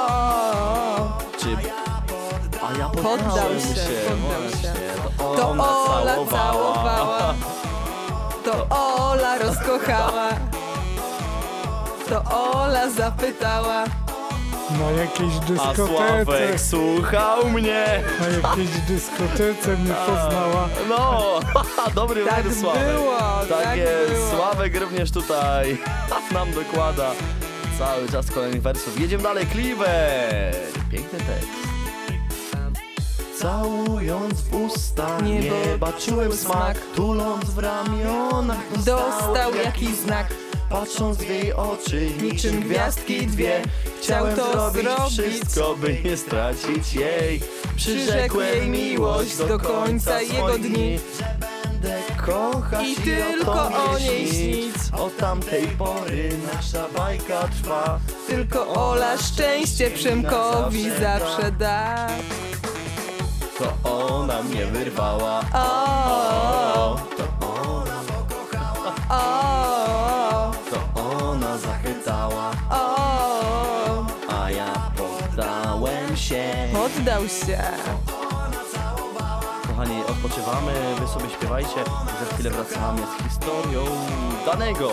A ja poddałem się. To Ola całowała,
to Ola rozkochała, to Ola zapytała.
Na jakiejś
A
dyskotece.
Sławek słuchał mnie.
Na jakiejś dyskotece mnie poznała.
No, dobry
Tak
wers, Sławek.
było, tak
jest,
było.
Sławek również tutaj nam dokłada cały czas kolejnych wersów. Jedziemy dalej, Cleaver. Piękny tekst. Całując w usta nieba czułem smak, tuląc w ramionach
Dostał jakiś znak.
Patrząc w jej oczy, niczym gwiazdki dwie, chciałem
to
zrobić
zrobić.
wszystko, by nie stracić jej. Przyrzekłem
jej
miłość do końca jego dni, że będę kochać
I tylko o niej śnić.
Od tamtej pory nasza bajka trwa.
Tylko Ola szczęście Przemkowi zawsze da.
To ona mnie wyrwała, to ona pokochała, to ona zachęcała, a ja poddałem się.
Poddał się.
Kochani, odpoczywamy, wy sobie śpiewajcie, za chwilę wracamy z historią danego.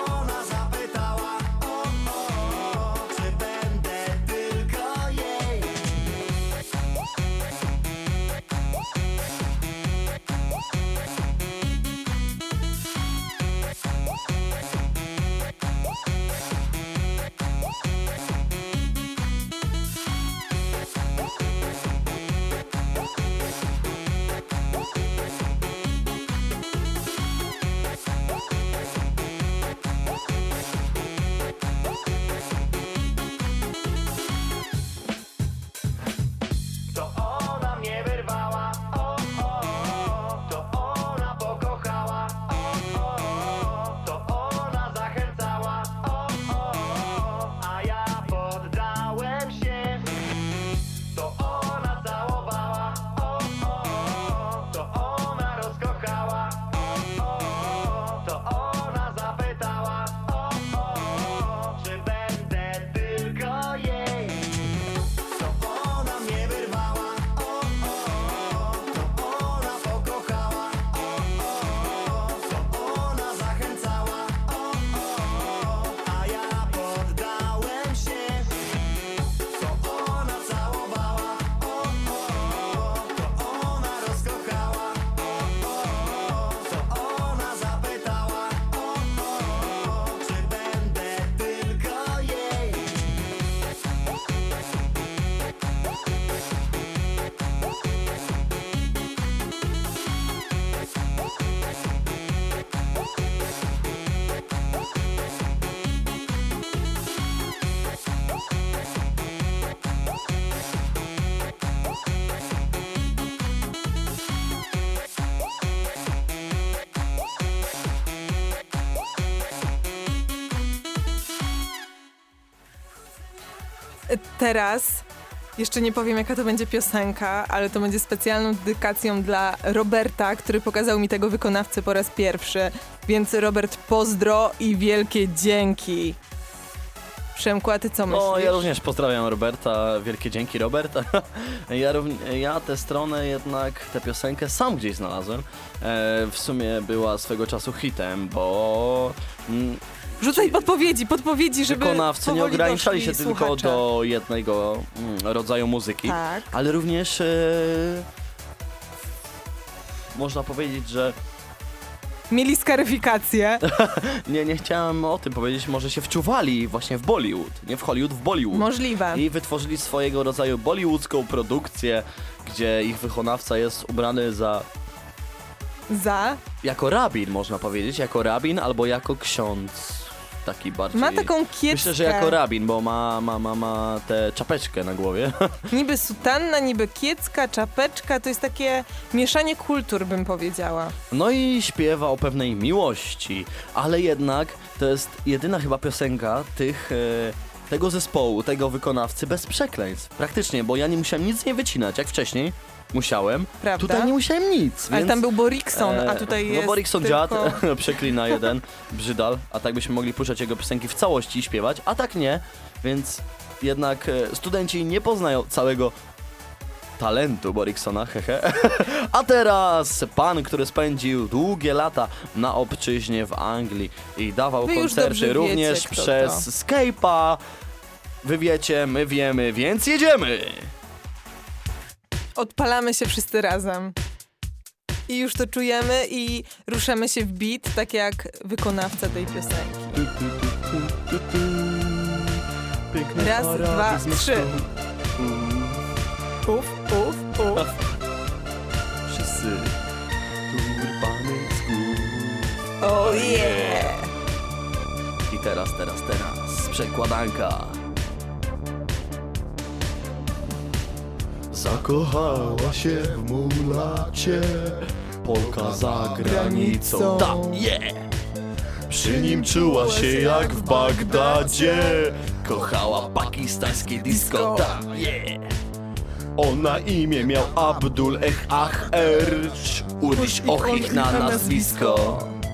Teraz jeszcze nie powiem, jaka to będzie piosenka, ale to będzie specjalną dedykacją dla Roberta, który pokazał mi tego wykonawcę po raz pierwszy. Więc Robert, pozdro i wielkie dzięki. Przemku, a ty co myślisz?
No, ja również pozdrawiam Roberta, wielkie dzięki Roberta. Ja tę stronę jednak, tę piosenkę sam gdzieś znalazłem. W sumie była swego czasu hitem, bo...
Rzucaj podpowiedzi, żeby
wykonawcy nie ograniczali się tylko
słuchacze
do jednego rodzaju muzyki,
tak,
ale również można powiedzieć, że
mieli skaryfikację.
nie chciałem o tym powiedzieć, może się wczuwali właśnie w Bollywood, nie w Hollywood, w Bollywood.
Możliwe.
I wytworzyli swojego rodzaju bollywoodzką produkcję, gdzie ich wykonawca jest ubrany za
Za?
Jako rabin można powiedzieć, jako rabin albo jako ksiądz. Taki bardziej...
Ma taką kieckę.
Myślę, że jako rabin, bo ma tę czapeczkę na głowie.
Niby sutanna, niby kiecka, czapeczka, to jest takie mieszanie kultur, bym powiedziała.
No i śpiewa o pewnej miłości, ale jednak to jest jedyna chyba piosenka tego zespołu, tego wykonawcy bez przekleństw. Praktycznie, bo ja nie musiałem nic nie wycinać, jak wcześniej musiałem.
Prawda?
Tutaj nie musiałem nic.
Ale
więc,
tam był Borikson, a tutaj jest
Borikson
tylko...
dziad, przeklina jeden, brzydal, a tak byśmy mogli puszczać jego piosenki w całości i śpiewać, a tak nie, więc jednak studenci nie poznają całego talentu Boriksona, hehe. A teraz pan, który spędził długie lata na obczyźnie w Anglii i dawał
Wy już
koncerty
dobrze
również
wiecie, kto
przez Skype'a. Wy wiecie, my wiemy, więc jedziemy!
Odpalamy się wszyscy razem. I już to czujemy i ruszamy się w beat, tak jak wykonawca tej piosenki. Raz, dwa, trzy. Uf, uf, uf.
Wszyscy turbany z gór.
Oh yeah!
I teraz, przekładanka. Zakochała się w mulacie, Polka za granicą. Yeah! Przy nim czuła się jak w Bagdadzie, kochała pakistańskie disco. Yeah! On na imię miał Abdul Ercz, Urś Ochich na nazwisko.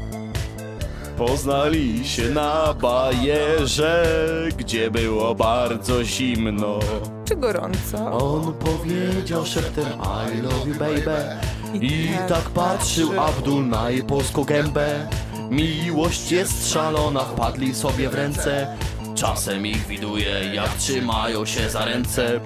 Poznali się na bajerze, gdzie było bardzo zimno.
Czy gorąco?
On powiedział szeptem I love you baby i tak patrzył Abdul na jej polską gębę. Miłość jest szalona, wpadli sobie w ręce. Czasem ich widuje, jak trzymają się za ręce.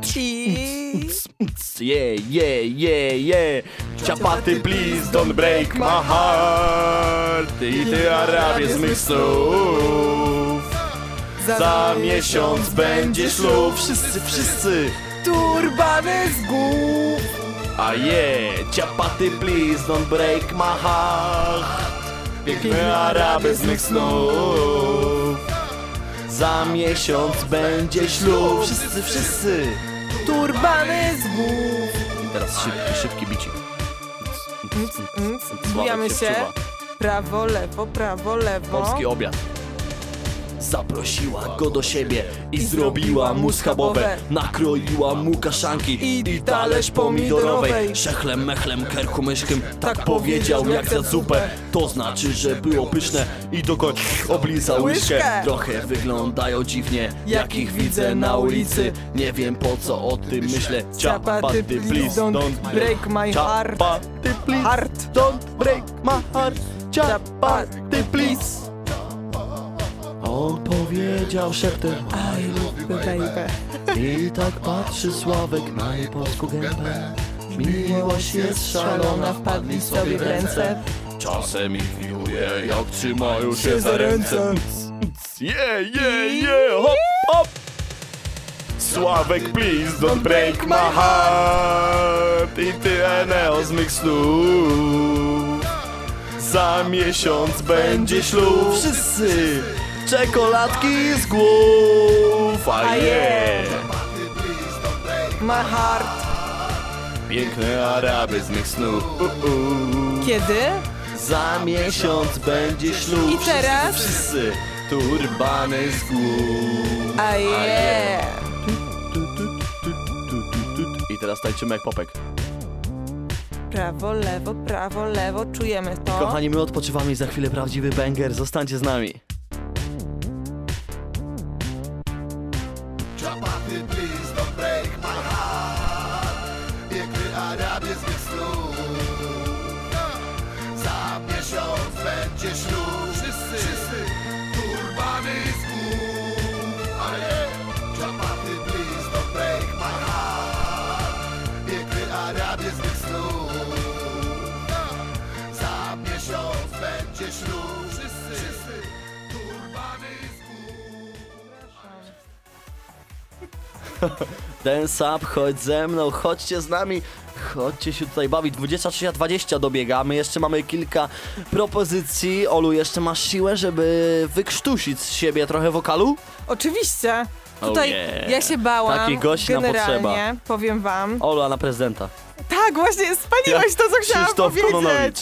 Yeah. Ciapaty, please don't break my heart. I ty Arabie z mych snów. Za miesiąc będzie ślub. Wszyscy
Turbany z głów.
A ciapaty, please don't break my heart. Piękny Arabie z mych snów. Za miesiąc będzie ślub. Wszyscy
Turbany z głów.
I teraz szybki bicik.
Zbijamy się. Prawo, lewo, prawo, lewo.
Polski obiad. Zaprosiła go do siebie i zrobiła mu schabowe. Nakroiła mu kaszanki i talerz pomidorowej. Szechlem, mechlem, kerchu, myszkiem. Tak powiedział jak za zupę. To znaczy, że było pyszne i do końca oblizał łyżkę. Trochę wyglądają dziwnie, jak ich widzę na ulicy. Nie wiem po co o tym myślę. Ciapaty, please don't break my heart. Ciapaty, please don't break my heart. Ciapaty, please. On powiedział szeptem I love you baby. I tak patrzy Sławek na jej polską gębę. Miłość jest szalona, wpadli sobie w ręce. Czasem ich miłuje, jak trzymają się za ręce. Yeah, hop. Sławek, please don't break my heart. I ty Eneo z mych snów. Za miesiąc będzie ślub. Wszyscy czekoladki z głów. A
My heart.
Piękne Araby z mych snów.
Kiedy?
Za miesiąc będzie ślub.
I teraz?
Wszyscy turbany z głów.
A
I teraz tańczymy jak popek.
Prawo, lewo, czujemy to.
Kochani, my odpoczywamy i za chwilę prawdziwy banger. Zostańcie z nami.
Ciapaty, please don't break my heart. Piękny Arabie z mych snów. Za miesiąc będzie ślub. Wszyscy turbany z głów. Ciapaty, please don't break my heart. Piękny Arabie z mych snów. Za miesiąc będzie ślub. Wszyscy turbany z głów.
Dance up, chodź ze mną, chodźcie z nami. Chodźcie się tutaj bawić, 23:20 dobiega, my jeszcze mamy kilka propozycji. Olu, jeszcze masz siłę, żeby wykrztusić z siebie trochę wokalu?
Oczywiście. Tutaj
yeah.
ja się bałam.
Takich gości nam
generalnie,
potrzeba.
powiem wam.
Olu, a na prezydenta.
Tak, właśnie spaliłeś to, co chciałam
Krzysztof
powiedzieć.
Kononowicz.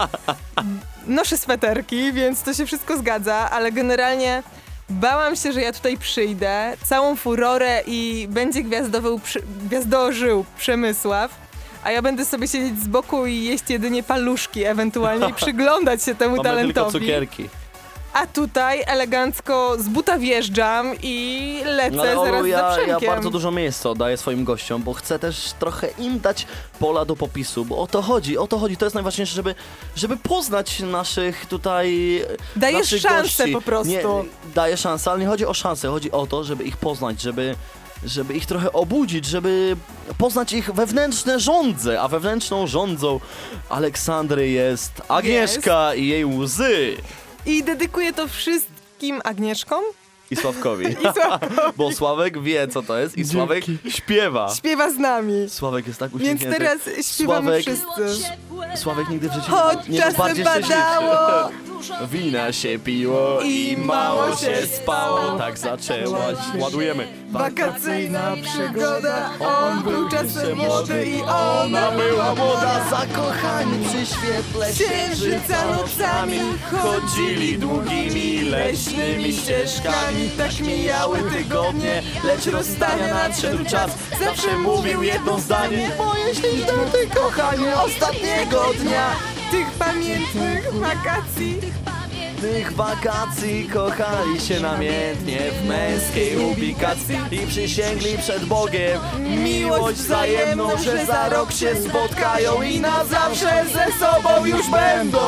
Noszę sweterki, więc to się wszystko zgadza, ale generalnie bałam się, że ja tutaj przyjdę, całą furorę i będzie gwiazdożył Przemysław, a ja będę sobie siedzieć z boku i jeść jedynie paluszki ewentualnie i przyglądać się temu
Mamy
talentowi.
tylko cukierki.
A tutaj elegancko z buta wjeżdżam i lecę
No ale
zaraz
Olu,
za
ja
Przemkiem.
bardzo dużo miejsca oddaję swoim gościom, bo chcę też trochę im dać pola do popisu, bo o to chodzi, to jest najważniejsze, żeby poznać naszych tutaj
Dajesz
naszych
szansę
gości.
po prostu.
Nie, daję szansę, ale nie chodzi o szansę, chodzi o to, żeby ich poznać, żeby ich trochę obudzić, żeby poznać ich wewnętrzne żądze, a wewnętrzną żądzą Aleksandry jest Agnieszka i jej łzy.
I dedykuję to wszystkim Agnieszkom.
I Sławkowi. Bo Sławek wie, co to jest i Sławek śpiewa.
Śpiewa z nami.
Sławek jest tak
Więc
uśmiechnięty.
teraz śpiewamy
Sławek,
wszyscy.
Sławek nigdy w życiu
Choć
nie był
czasem
bardziej
padało.
szczęśliwszy. Wina się piło i mało się spało. Tak zaczęłaś. Ładujemy.
Wakacyjna przygoda. On był czasem młody i ona
była młoda. Zakochani przy świetle
księżyca nocami
chodzili długimi leśnymi ścieżkami.
Tak mijały tygodnie,
Lecz rozstania nadszedł czas. Zawsze mówił jedno zdanie: moje ślizdaty kochanie ostatniego dnia.
tych pamiętnych wakacji.
Tych wakacji kochali się namiętnie w męskiej ubikacji i przysięgli przed Bogiem miłość wzajemną, że za rok się spotkają i na zawsze ze sobą już będą.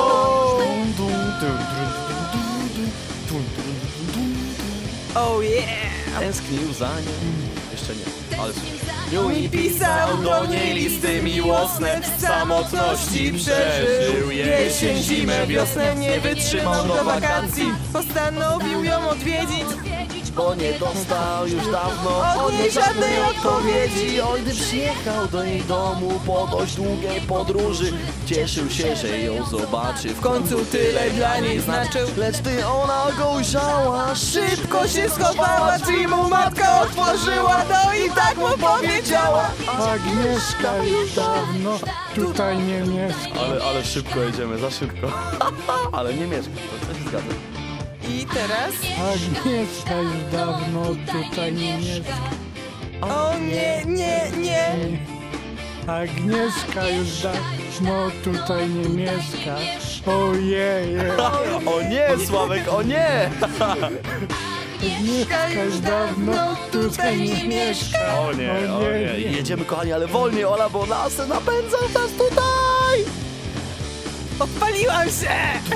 Oh yeah!
Tęsknił za nią. Jeszcze nie, ale i pisał do niej listy miłosne, w samotności przeżył jesień, zimę, wiosnę, nie wytrzymał do wakacji.
Postanowił ją odwiedzić,
bo nie dostał już dawno od niej żadnej odpowiedzi. Oj, gdy przyjechał do jej domu po dość długiej podróży, cieszył się, że ją zobaczy. W końcu tyle dla niej znaczył, lecz gdy ona go ujrzała, szybko się schowała. Drzwi mu matka otworzyła, no i tak mu powiedziała:
Agnieszka już dawno tutaj nie mieszka.
Ale szybko jedziemy, za szybko. Ale nie mieszka, to się zgadza.
I teraz?
Agnieszka już dawno tutaj nie mieszka.
O nie, nie, nie!
Agnieszka już dawno tutaj nie mieszka. Ojej.
O nie, Sławek, o nie!
Agnieszka już dawno tutaj nie mieszka.
O nie. Jedziemy, kochani, ale wolniej, Ola, bo nas napędza nas tutaj!
Odpaliłam się!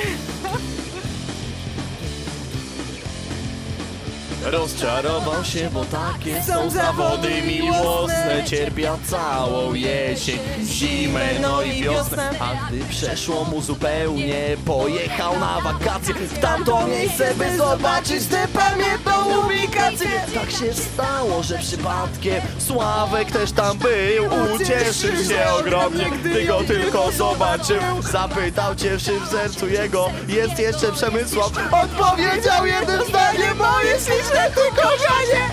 Rozczarował się, bo takie są zawody miłosne. Cierpiał całą jesień, zimę, no i wiosnę. A gdy przeszło mu zupełnie, pojechał na wakacje w tamto miejsce, by zobaczyć tę pamiętną ubikację. Tak się stało, że przypadkiem Sławek też tam był. Ucieszył się ogromnie, gdy go tylko zobaczył. Zapytał, cieszy w sercu jego, jest jeszcze Przemysław. Odpowiedział jednym zdaniem: moje śliczne ty kochanie!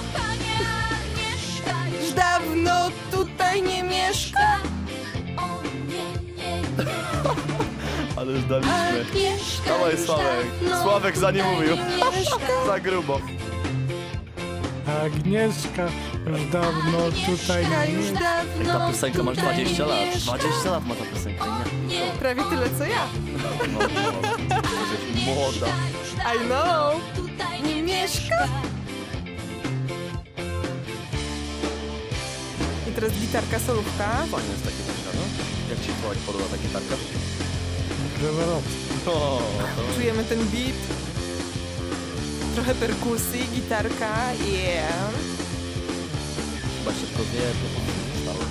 Już dawno tutaj nie mieszka.
Ale zdaliśmy. Dawaj, Sławek. Sławek za nie mówił. Za grubo.
Agnieszka już dawno tutaj nie mieszka.
Ta piosenka masz 20 lat. 20 lat ma ta piosenka. Nie.
Prawie tyle co ja.
No, jesteś młoda.
I know. Nie mieszka. I teraz gitarka solówka.
Fajne jest takie gitarka, no? Jak ci Sławek podoba ta gitarka?
Rewelacja.
O,
Czujemy ten beat. Trochę perkusji, gitarka. Yeah.
chyba się tylko wie, to zostało.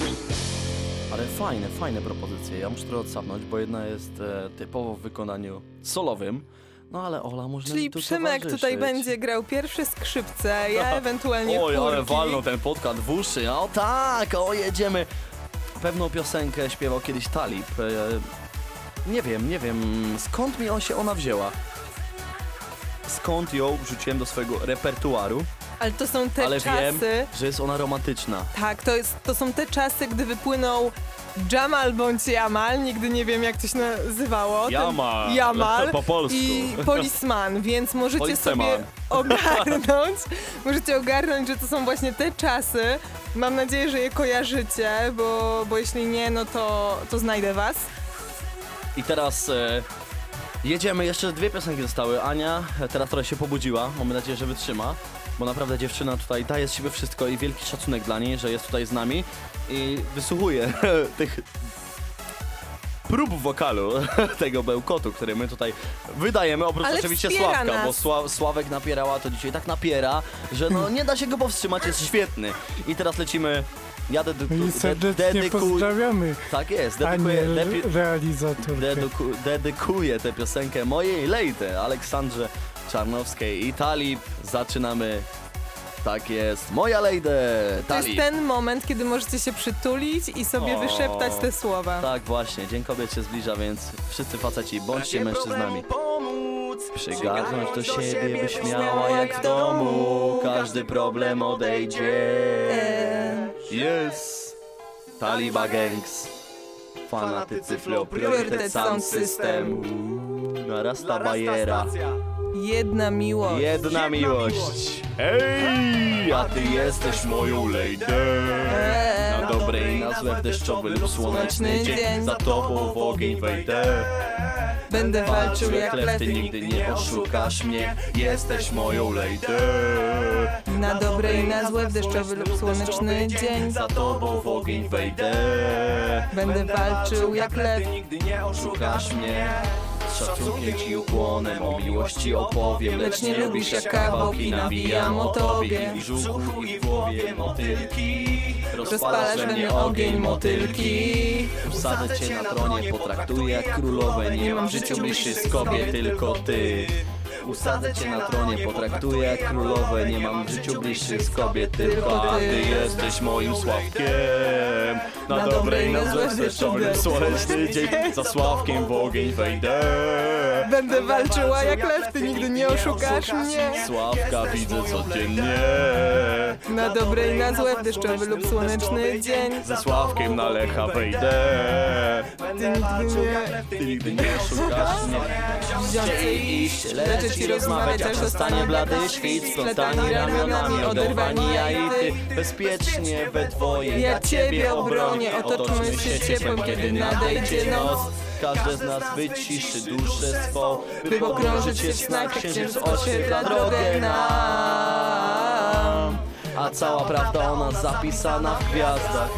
Ale fajne propozycje. Ja muszę trochę odsapnąć, bo jedna jest typowo w wykonaniu solowym. No ale Ola może
Czyli
mi tu
Przemek
towarzyszyć.
tutaj będzie grał pierwsze skrzypce, ja ewentualnie
Oj, ale
chórki.
walną ten podkład w uszy. O tak, o jedziemy. pewną piosenkę śpiewał kiedyś Talib. Nie wiem, skąd mi się ona wzięła. Skąd ją wrzuciłem do swojego repertuaru.
Ale to są te
ale
czasy...
wiem, że jest ona romantyczna.
Tak, to są te czasy, gdy wypłynął Jamal bądź Jamal, nigdy nie wiem jak to się nazywało. Jamal
po polsku.
I Policeman, więc możecie
Policeman.
sobie ogarnąć, że to są właśnie te czasy. Mam nadzieję, że je kojarzycie, bo jeśli nie, no to znajdę was.
I teraz jedziemy, jeszcze 2 piosenki zostały. Ania teraz trochę się pobudziła, mamy nadzieję, że wytrzyma, bo naprawdę dziewczyna tutaj daje z siebie wszystko i wielki szacunek dla niej, że jest tutaj z nami i wysłuchuje tych prób wokalu, tego bełkotu, który my tutaj wydajemy, oprócz
ale
oczywiście
Sławka,
nas. Bo Sławek napierała, to dzisiaj tak napiera, że no nie da się go powstrzymać, jest świetny. I teraz lecimy. Ja
I serdecznie pozdrawiamy.
Tak jest, dedykuję tę piosenkę mojej lady, Aleksandrze Czarnowskiej i Talib. Zaczynamy. Tak jest, moja lady, Talib.
To jest ten moment, kiedy możecie się przytulić i sobie wyszeptać te słowa.
Tak właśnie, Dzień Kobiet się zbliża, więc wszyscy faceci, bądźcie mężczyznami. Przygarnąć do siebie, byś miała jak w domu, każdy problem odejdzie. Yes, Taliba Gangs, fanatycy flow, priorytet sound system, narasta bajera.
Jedna miłość.
Jedna miłość. Ej, a ty jesteś moją lady. Na dobre i na złe, w deszczowy lub słoneczny dzień, za tobą w ogień wejdę.
Będę walczył jak lew,
ty nigdy nie oszukasz mnie. Jesteś moją lady.
Na dobre i na złe, w deszczowy lub słoneczny dzień,
za tobą w ogień wejdę.
Będę walczył jak lew,
nigdy nie oszukasz mnie. Z szacunkiem ci ukłonem, o miłości opowiem,
lecz nie lubisz jak kawałki nawijam o tobie.
W brzuchu i w głowie motylki,
rozpalasz we mnie ogień motylki.
Usadzę cię na tronie, potraktuję jak królowę, nie mam w życiu bliższej z kobiet, tylko ty. Usadzę cię na tronie, potraktuję jak królowę, nie mam w życiu bliższych z kobiet, tylko ty jesteś moim Sławkiem. Na dobre i na złe, w deszczowy słoneczny dzień, za Sławkiem w ogień wejdę.
Będę walczyła jak lew, ty nigdy nie oszukasz mnie.
Sławka widzę codziennie.
Na dobre i na złe, w deszczowy lub słoneczny dzień,
za Sławkiem na Lecha wejdę. Ty nigdy nie oszukasz mnie.
Wziąć i iść, leczyć i rozmawiać, aż zostanie blady świt. Splątani ramionami, oderwani ja i ty, bezpiecznie we dwoje. Ja ciebie obronię, otoczmy się ciepłem, kiedy nadejdzie noc.
Każdy z nas wyciszy duszę swą,
by pokrążyć się w snach, księżyc oświetla drogę nam.
A cała prawda o nas zapisana w gwiazdach.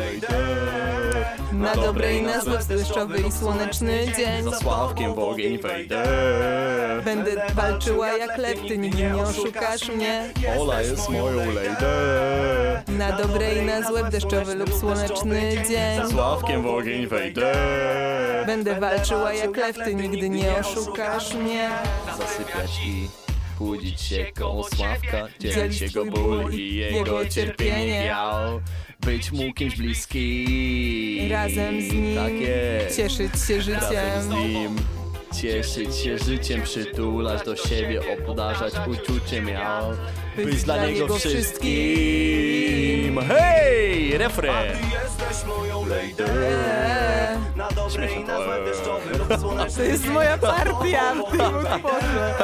Na dobre i na złe, w deszczowy i słoneczny dzień,
za Sławkiem w ogień wejdę.
Będę walczyła jak lew, ty nigdy nie oszukasz mnie.
Ola jest moją lady.
Na dobre i na złe, w deszczowy lub słoneczny dzień,
za Sławkiem w ogień wejdę.
Będę walczyła jak lew, ty nigdy nie oszukasz mnie.
Zasypiać i budzić się koło Sławka, dzielić jego ból i jego cierpienie miał. Być mu kimś bliskim,
razem z nim,
tak jest.
Cieszyć się życiem,
razem z nim, cieszyć się życiem, przytulać do siebie, obdarzać uczuciem miał. Być dla niego wszystkim. Hej, refren!
Jesteś moją lady. Na dobre i na złe, deszczowy lub słoneczny.
To jest moja partia w tym utworze.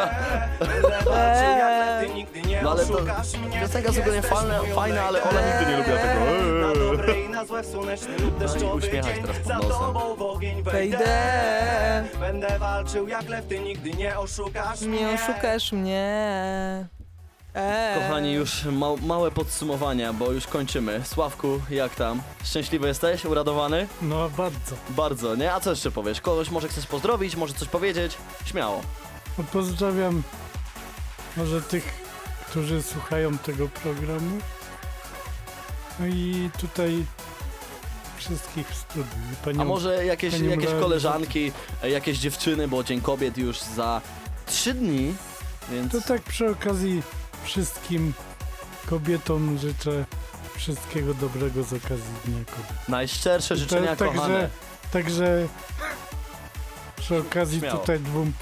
No ale to piosenka zupełnie fajna, ale ona nigdy nie lubiła tego.
Na dobre i na złe, w słoneczny lub deszczowy
uśmiechać teraz pod nosem.
za tobą w ogień
wejdę.
Będę walczył jak lew, ty nigdy nie oszukasz mnie.
Nie oszukasz mnie.
Kochani, już małe podsumowania, bo już kończymy. Sławku, jak tam? Szczęśliwy jesteś? Uradowany?
No bardzo.
Bardzo, nie? A co jeszcze powiesz? Kogoś może chcesz pozdrowić, może coś powiedzieć? Śmiało.
No pozdrawiam może tych, którzy słuchają tego programu. No i tutaj wszystkich w studiu.
A może jakieś koleżanki, jakieś dziewczyny, bo Dzień Kobiet już za 3 dni, więc...
To tak przy okazji wszystkim kobietom życzę wszystkiego dobrego z okazji Dnia Kobiet.
Najszczersze życzenia, kochane.
Także przy okazji
Śmiało.
tutaj dwóm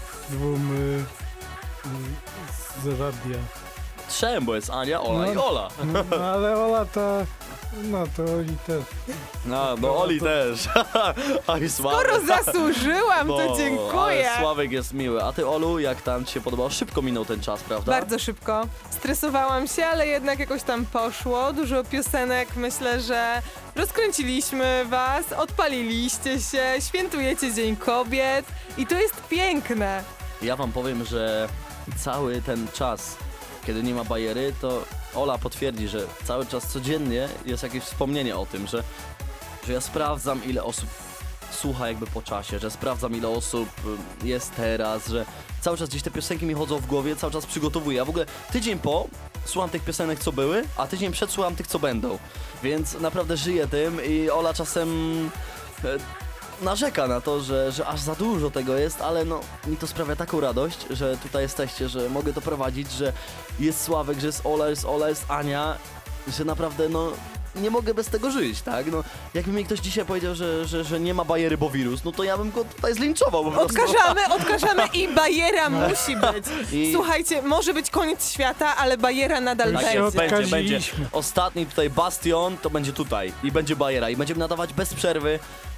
z radia.
Trzem, bo jest Ania, Ola i Ola.
No, ale Ola to Oli też.
No Oli też. A i Sławek.
Skoro zasłużyłam, to dziękuję.
Ale Sławek jest miły. A ty, Olu, jak tam ci się podobało? Szybko minął ten czas, prawda?
Bardzo szybko. Stresowałam się, ale jednak jakoś tam poszło. Dużo piosenek, myślę, że rozkręciliśmy was, odpaliliście się, świętujecie Dzień Kobiet i to jest piękne.
Ja wam powiem, że cały ten czas, kiedy nie ma bajery, to Ola potwierdzi, że cały czas codziennie jest jakieś wspomnienie o tym, że ja sprawdzam, ile osób słucha jakby po czasie, że sprawdzam, ile osób jest teraz, że cały czas gdzieś te piosenki mi chodzą w głowie, cały czas przygotowuję. Ja w ogóle tydzień po słucham tych piosenek, co były, a tydzień przed słucham tych, co będą. Więc naprawdę żyję tym i Ola czasem narzeka na to, że aż za dużo tego jest, ale no mi to sprawia taką radość, że tutaj jesteście, że mogę to prowadzić, że jest Sławek, że jest Ola, jest Ania, że naprawdę no nie mogę bez tego żyć, tak? No, jakby mi ktoś dzisiaj powiedział, że nie ma bajery, bo wirus, no to ja bym go tutaj zlinczował po prostu.
Odkażamy i bajera musi być. Słuchajcie, może być koniec świata, ale bajera nadal
będzie. Ostatni tutaj bastion to będzie tutaj i będzie bajera i będziemy nadawać bez przerwy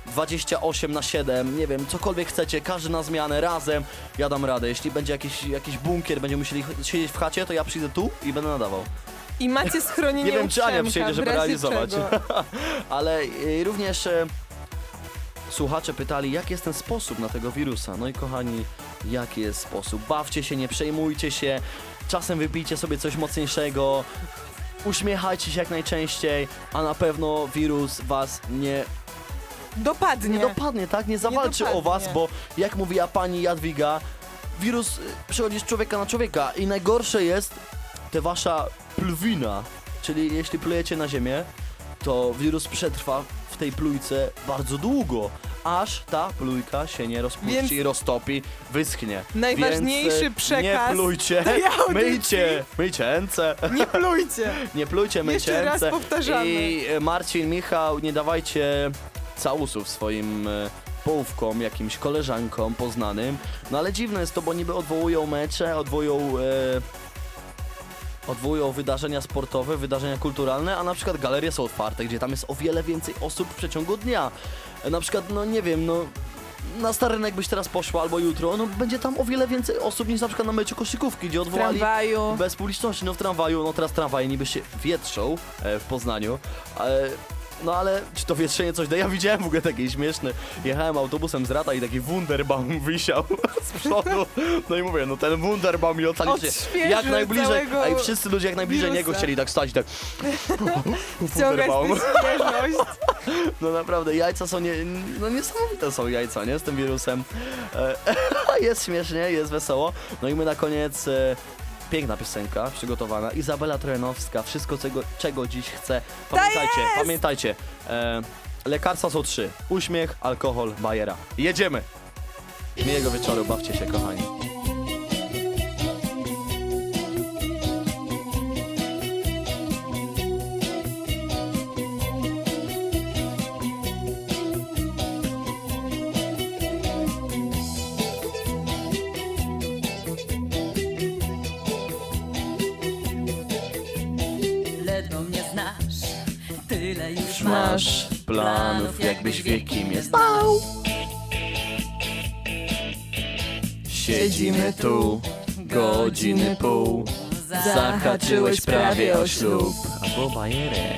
28/7, nie wiem, cokolwiek chcecie, każdy na zmianę, razem, ja dam radę. Jeśli będzie jakiś bunkier, będziemy musieli siedzieć w chacie, to ja przyjdę tu i będę nadawał.
I macie schronienie.
Nie wiem, czy Ania przyjdzie, żeby realizować.
Czego?
Ale również słuchacze pytali, jaki jest ten sposób na tego wirusa. No i kochani, jaki jest sposób? Bawcie się, nie przejmujcie się, czasem wypijcie sobie coś mocniejszego, uśmiechajcie się jak najczęściej, a na pewno wirus was nie dopadnie, tak? Nie zawalczy o was, bo jak mówiła pani Jadwiga, wirus przechodzi z człowieka na człowieka i najgorsze jest te wasza plwina, czyli jeśli plujecie na ziemię, to wirus przetrwa w tej plujce bardzo długo, aż ta plujka się nie rozpuści, roztopi, wyschnie.
Najważniejszy przekaz.
Nie plujcie, myjcie ręce.
Nie plujcie.
Myjcie
Jeszcze
ręce.
raz powtarzamy.
I Marcin, Michał, nie dawajcie całusów swoim połówkom, jakimś koleżankom poznanym. No ale dziwne jest to, bo niby odwołują mecze, odwołują wydarzenia sportowe, wydarzenia kulturalne, a na przykład galerie są otwarte, gdzie tam jest o wiele więcej osób w przeciągu dnia. Na przykład, no nie wiem, no na Stary Rynek byś teraz poszła albo jutro, no będzie tam o wiele więcej osób niż na przykład na meczu koszykówki, gdzie odwołali bez publiczności. No w tramwaju, no teraz tramwaje niby się wietrzą w Poznaniu, no ale czy to wietrzenie coś da? Ja widziałem w ogóle takie śmieszne. Jechałem autobusem z Rata i taki Wunderbaum wisiał z przodu. No i mówię, no ten Wunderbaum mi ocalicie jak najbliżej. A i wszyscy ludzie jak najbliżej niego chcieli tak stać, tak
Wunderbaum.
No naprawdę, jajca są no niesamowite są jajca, nie? Z tym wirusem. Jest śmiesznie, jest wesoło. No i my na koniec piękna piosenka przygotowana. Izabela Trojanowska, wszystko czego dziś chcę. Pamiętajcie, lekarstwa są 3. Uśmiech, alkohol, bajera. Jedziemy! Miłego wieczoru, bawcie się, kochani.
Tyle już masz
planów, jakbyś wieki mnie znał. Siedzimy tu godziny pół, zahaczyłeś prawie o ślub albo bajerę.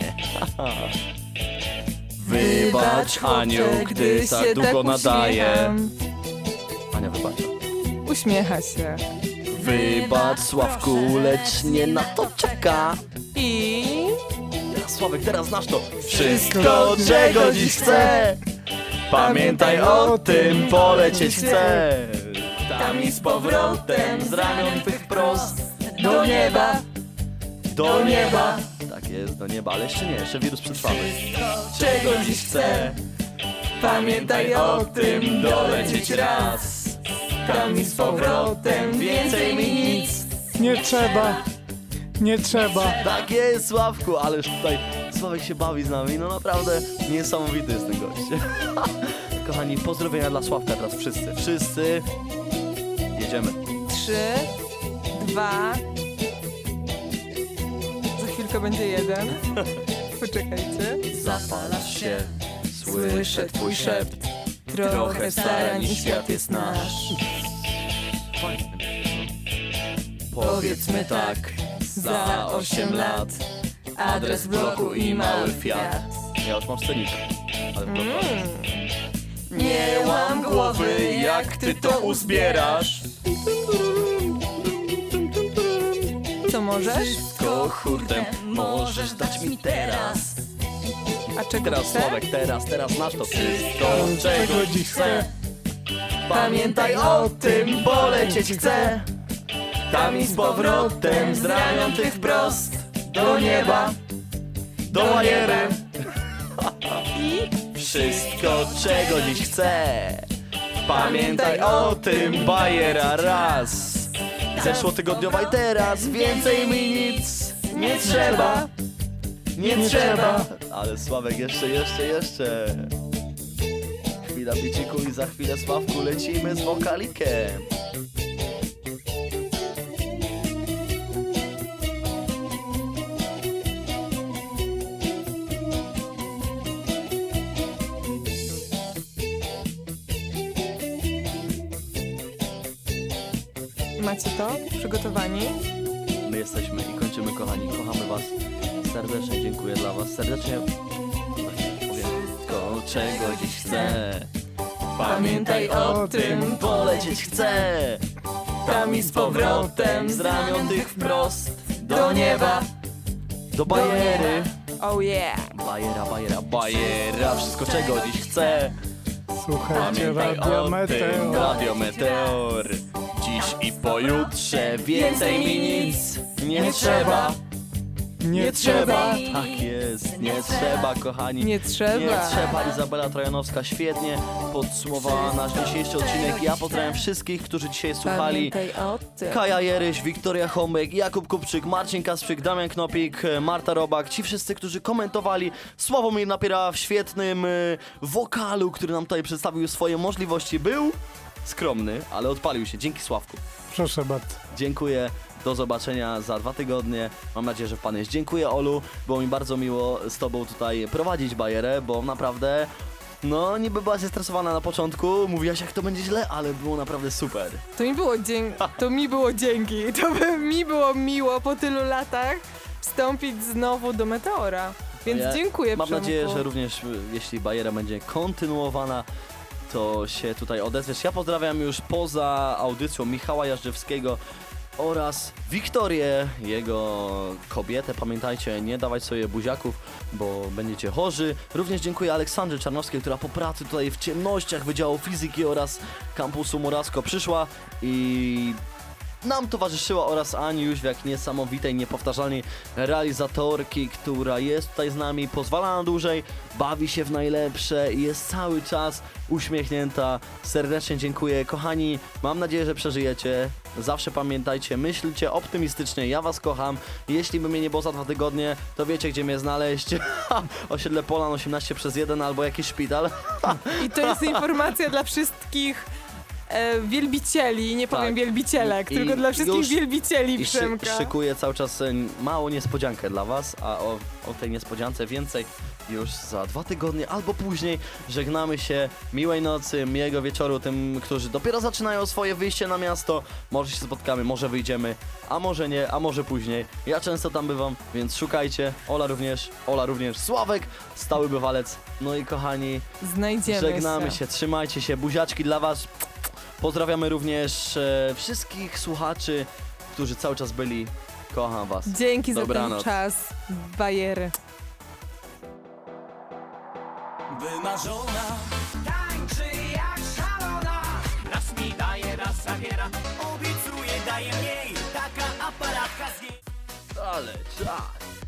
Wybacz, Aniu, gdy tak długo nadaję. Ania wybacza.
Uśmiecha się.
Wybacz, Sławku, lecz nie na to czeka.
I...
Sławek, teraz znasz to. Wszystko, czego dziś chcę, pamiętaj o tym, polecieć chcę. Tam i z powrotem, z ramion twych prost, do nieba, do nieba. Tak jest, do nieba, ale jeszcze nie, jeszcze wirus przetrwamy. Czego dziś chcę, pamiętaj o tym, dolecieć raz. Tam i z powrotem, więcej mi nic
nie trzeba. Nie trzeba.
Tak jest, Sławku, ależ tutaj Sławek się bawi z nami, no naprawdę niesamowity jest ten gość. Kochani, pozdrowienia dla Sławka teraz wszyscy. Jedziemy.
3, 2. Za chwilkę będzie 1. Poczekajcie.
Zapalasz się, słyszę twój szept. Trochę starań i świat jest nasz. Powiedzmy tak, za 8 lat. Adres bloku i mały Fiat. Ja już mam scenik, ale w bloku. Nie łam głowy, jak ty to uzbierasz.
Co możesz?
Wszystko hurtem możesz dać mi teraz.
A czego
Teraz
chcę?
Sławek, teraz masz to wszystko, czego dziś chcę.
Pamiętaj o tym,
bo lecieć chcę. Tam i z powrotem, z ramion tych wprost do nieba, do bajery.
I
Wszystko, czego dziś chcę. Pamiętaj o tym, bajera raz. Zeszłotygodniowa i teraz więcej mi nic nie trzeba. Nie trzeba. Ale Sławek jeszcze. Chwila biciku i za chwilę Sławku lecimy z wokalikiem.
macie to? Przygotowani?
My jesteśmy i kończymy, kochani. Kochamy was. Serdecznie dziękuję dla was. Serdecznie wszystko, czego dziś chcę. Pamiętaj o tym, polecieć chcę. Tam i z powrotem, z ramion tych wprost do nieba, do bajery.
Oh yeah.
Bajera, wszystko czego dziś chcę.
Słuchajcie,
Radio Meteor. Dziś i pojutrze więcej mi nic nie trzeba. Nie trzeba. Tak jest, nie trzeba, kochani.
Nie trzeba.
Nie trzeba. Izabela Trojanowska świetnie podsumowała nasz dzisiejszy odcinek. Ja pozdrawiam wszystkich, którzy dzisiaj słuchali.
Pamiętaj o tym.
Kaja Jeryś, Wiktoria Homek, Jakub Kupczyk, Marcin Kasprzyk, Damian Knopik, Marta Robak. Ci wszyscy, którzy komentowali. Sławomir Napiera w świetnym wokalu, który nam tutaj przedstawił swoje możliwości. Był skromny, ale odpalił się. Dzięki, Sławku.
Proszę bardzo.
Dziękuję. Do zobaczenia za 2 tygodnie. Mam nadzieję, że pan jest. Dziękuję, Olu. Było mi bardzo miło z tobą tutaj prowadzić bajerę, bo naprawdę, no, niby była zestresowana na początku. Mówiłaś, jak to będzie źle, ale było naprawdę super.
To mi było dzięki. To by mi było miło po tylu latach wstąpić znowu do Meteora. Więc dziękuję,
Mam
Przemku.
nadzieję, że również jeśli bajera będzie kontynuowana, to się tutaj odezwiesz. Ja pozdrawiam już poza audycją Michała Jażdżewskiego oraz Wiktorię, jego kobietę. Pamiętajcie, nie dawać sobie buziaków, bo będziecie chorzy. Również dziękuję Aleksandrze Czarnowskiej, która po pracy tutaj w ciemnościach Wydziału Fizyki oraz kampusu Morasko przyszła i nam towarzyszyła, oraz Ani Jóźwiak, niesamowitej, niepowtarzalnej realizatorki, która jest tutaj z nami, pozwala na dłużej, bawi się w najlepsze i jest cały czas uśmiechnięta. Serdecznie dziękuję, kochani, mam nadzieję, że przeżyjecie. Zawsze pamiętajcie, myślcie optymistycznie, ja was kocham. Jeśli by mnie nie było za 2 tygodnie, to wiecie, gdzie mnie znaleźć. Osiedle Polan 18/1 albo jakiś szpital.
I to jest informacja dla wszystkich wielbicieli, nie powiem wielbicielek, tylko dla wszystkich wielbicieli Przemka.
Szykuję cały czas małą niespodziankę dla was, a o tej niespodziance więcej już za 2 tygodnie albo później. Żegnamy się, miłej nocy, miłego wieczoru tym, którzy dopiero zaczynają swoje wyjście na miasto. Może się spotkamy, może wyjdziemy, a może nie, a może później. Ja często tam bywam, więc szukajcie. Ola również, Sławek, stały bywalec. No i kochani,
znajdziemy
żegnamy się, trzymajcie się, buziaczki dla was. Pozdrawiamy również wszystkich słuchaczy, którzy cały czas byli. Kocham was.
Dzięki
Dobranoc.
za ten czas bajery.
Wymarzona tańczy jak szalona. Raz mi daje, raz zabiera. Obiecuje, daje mniej. Taka aparatka z niej.
Ale czas.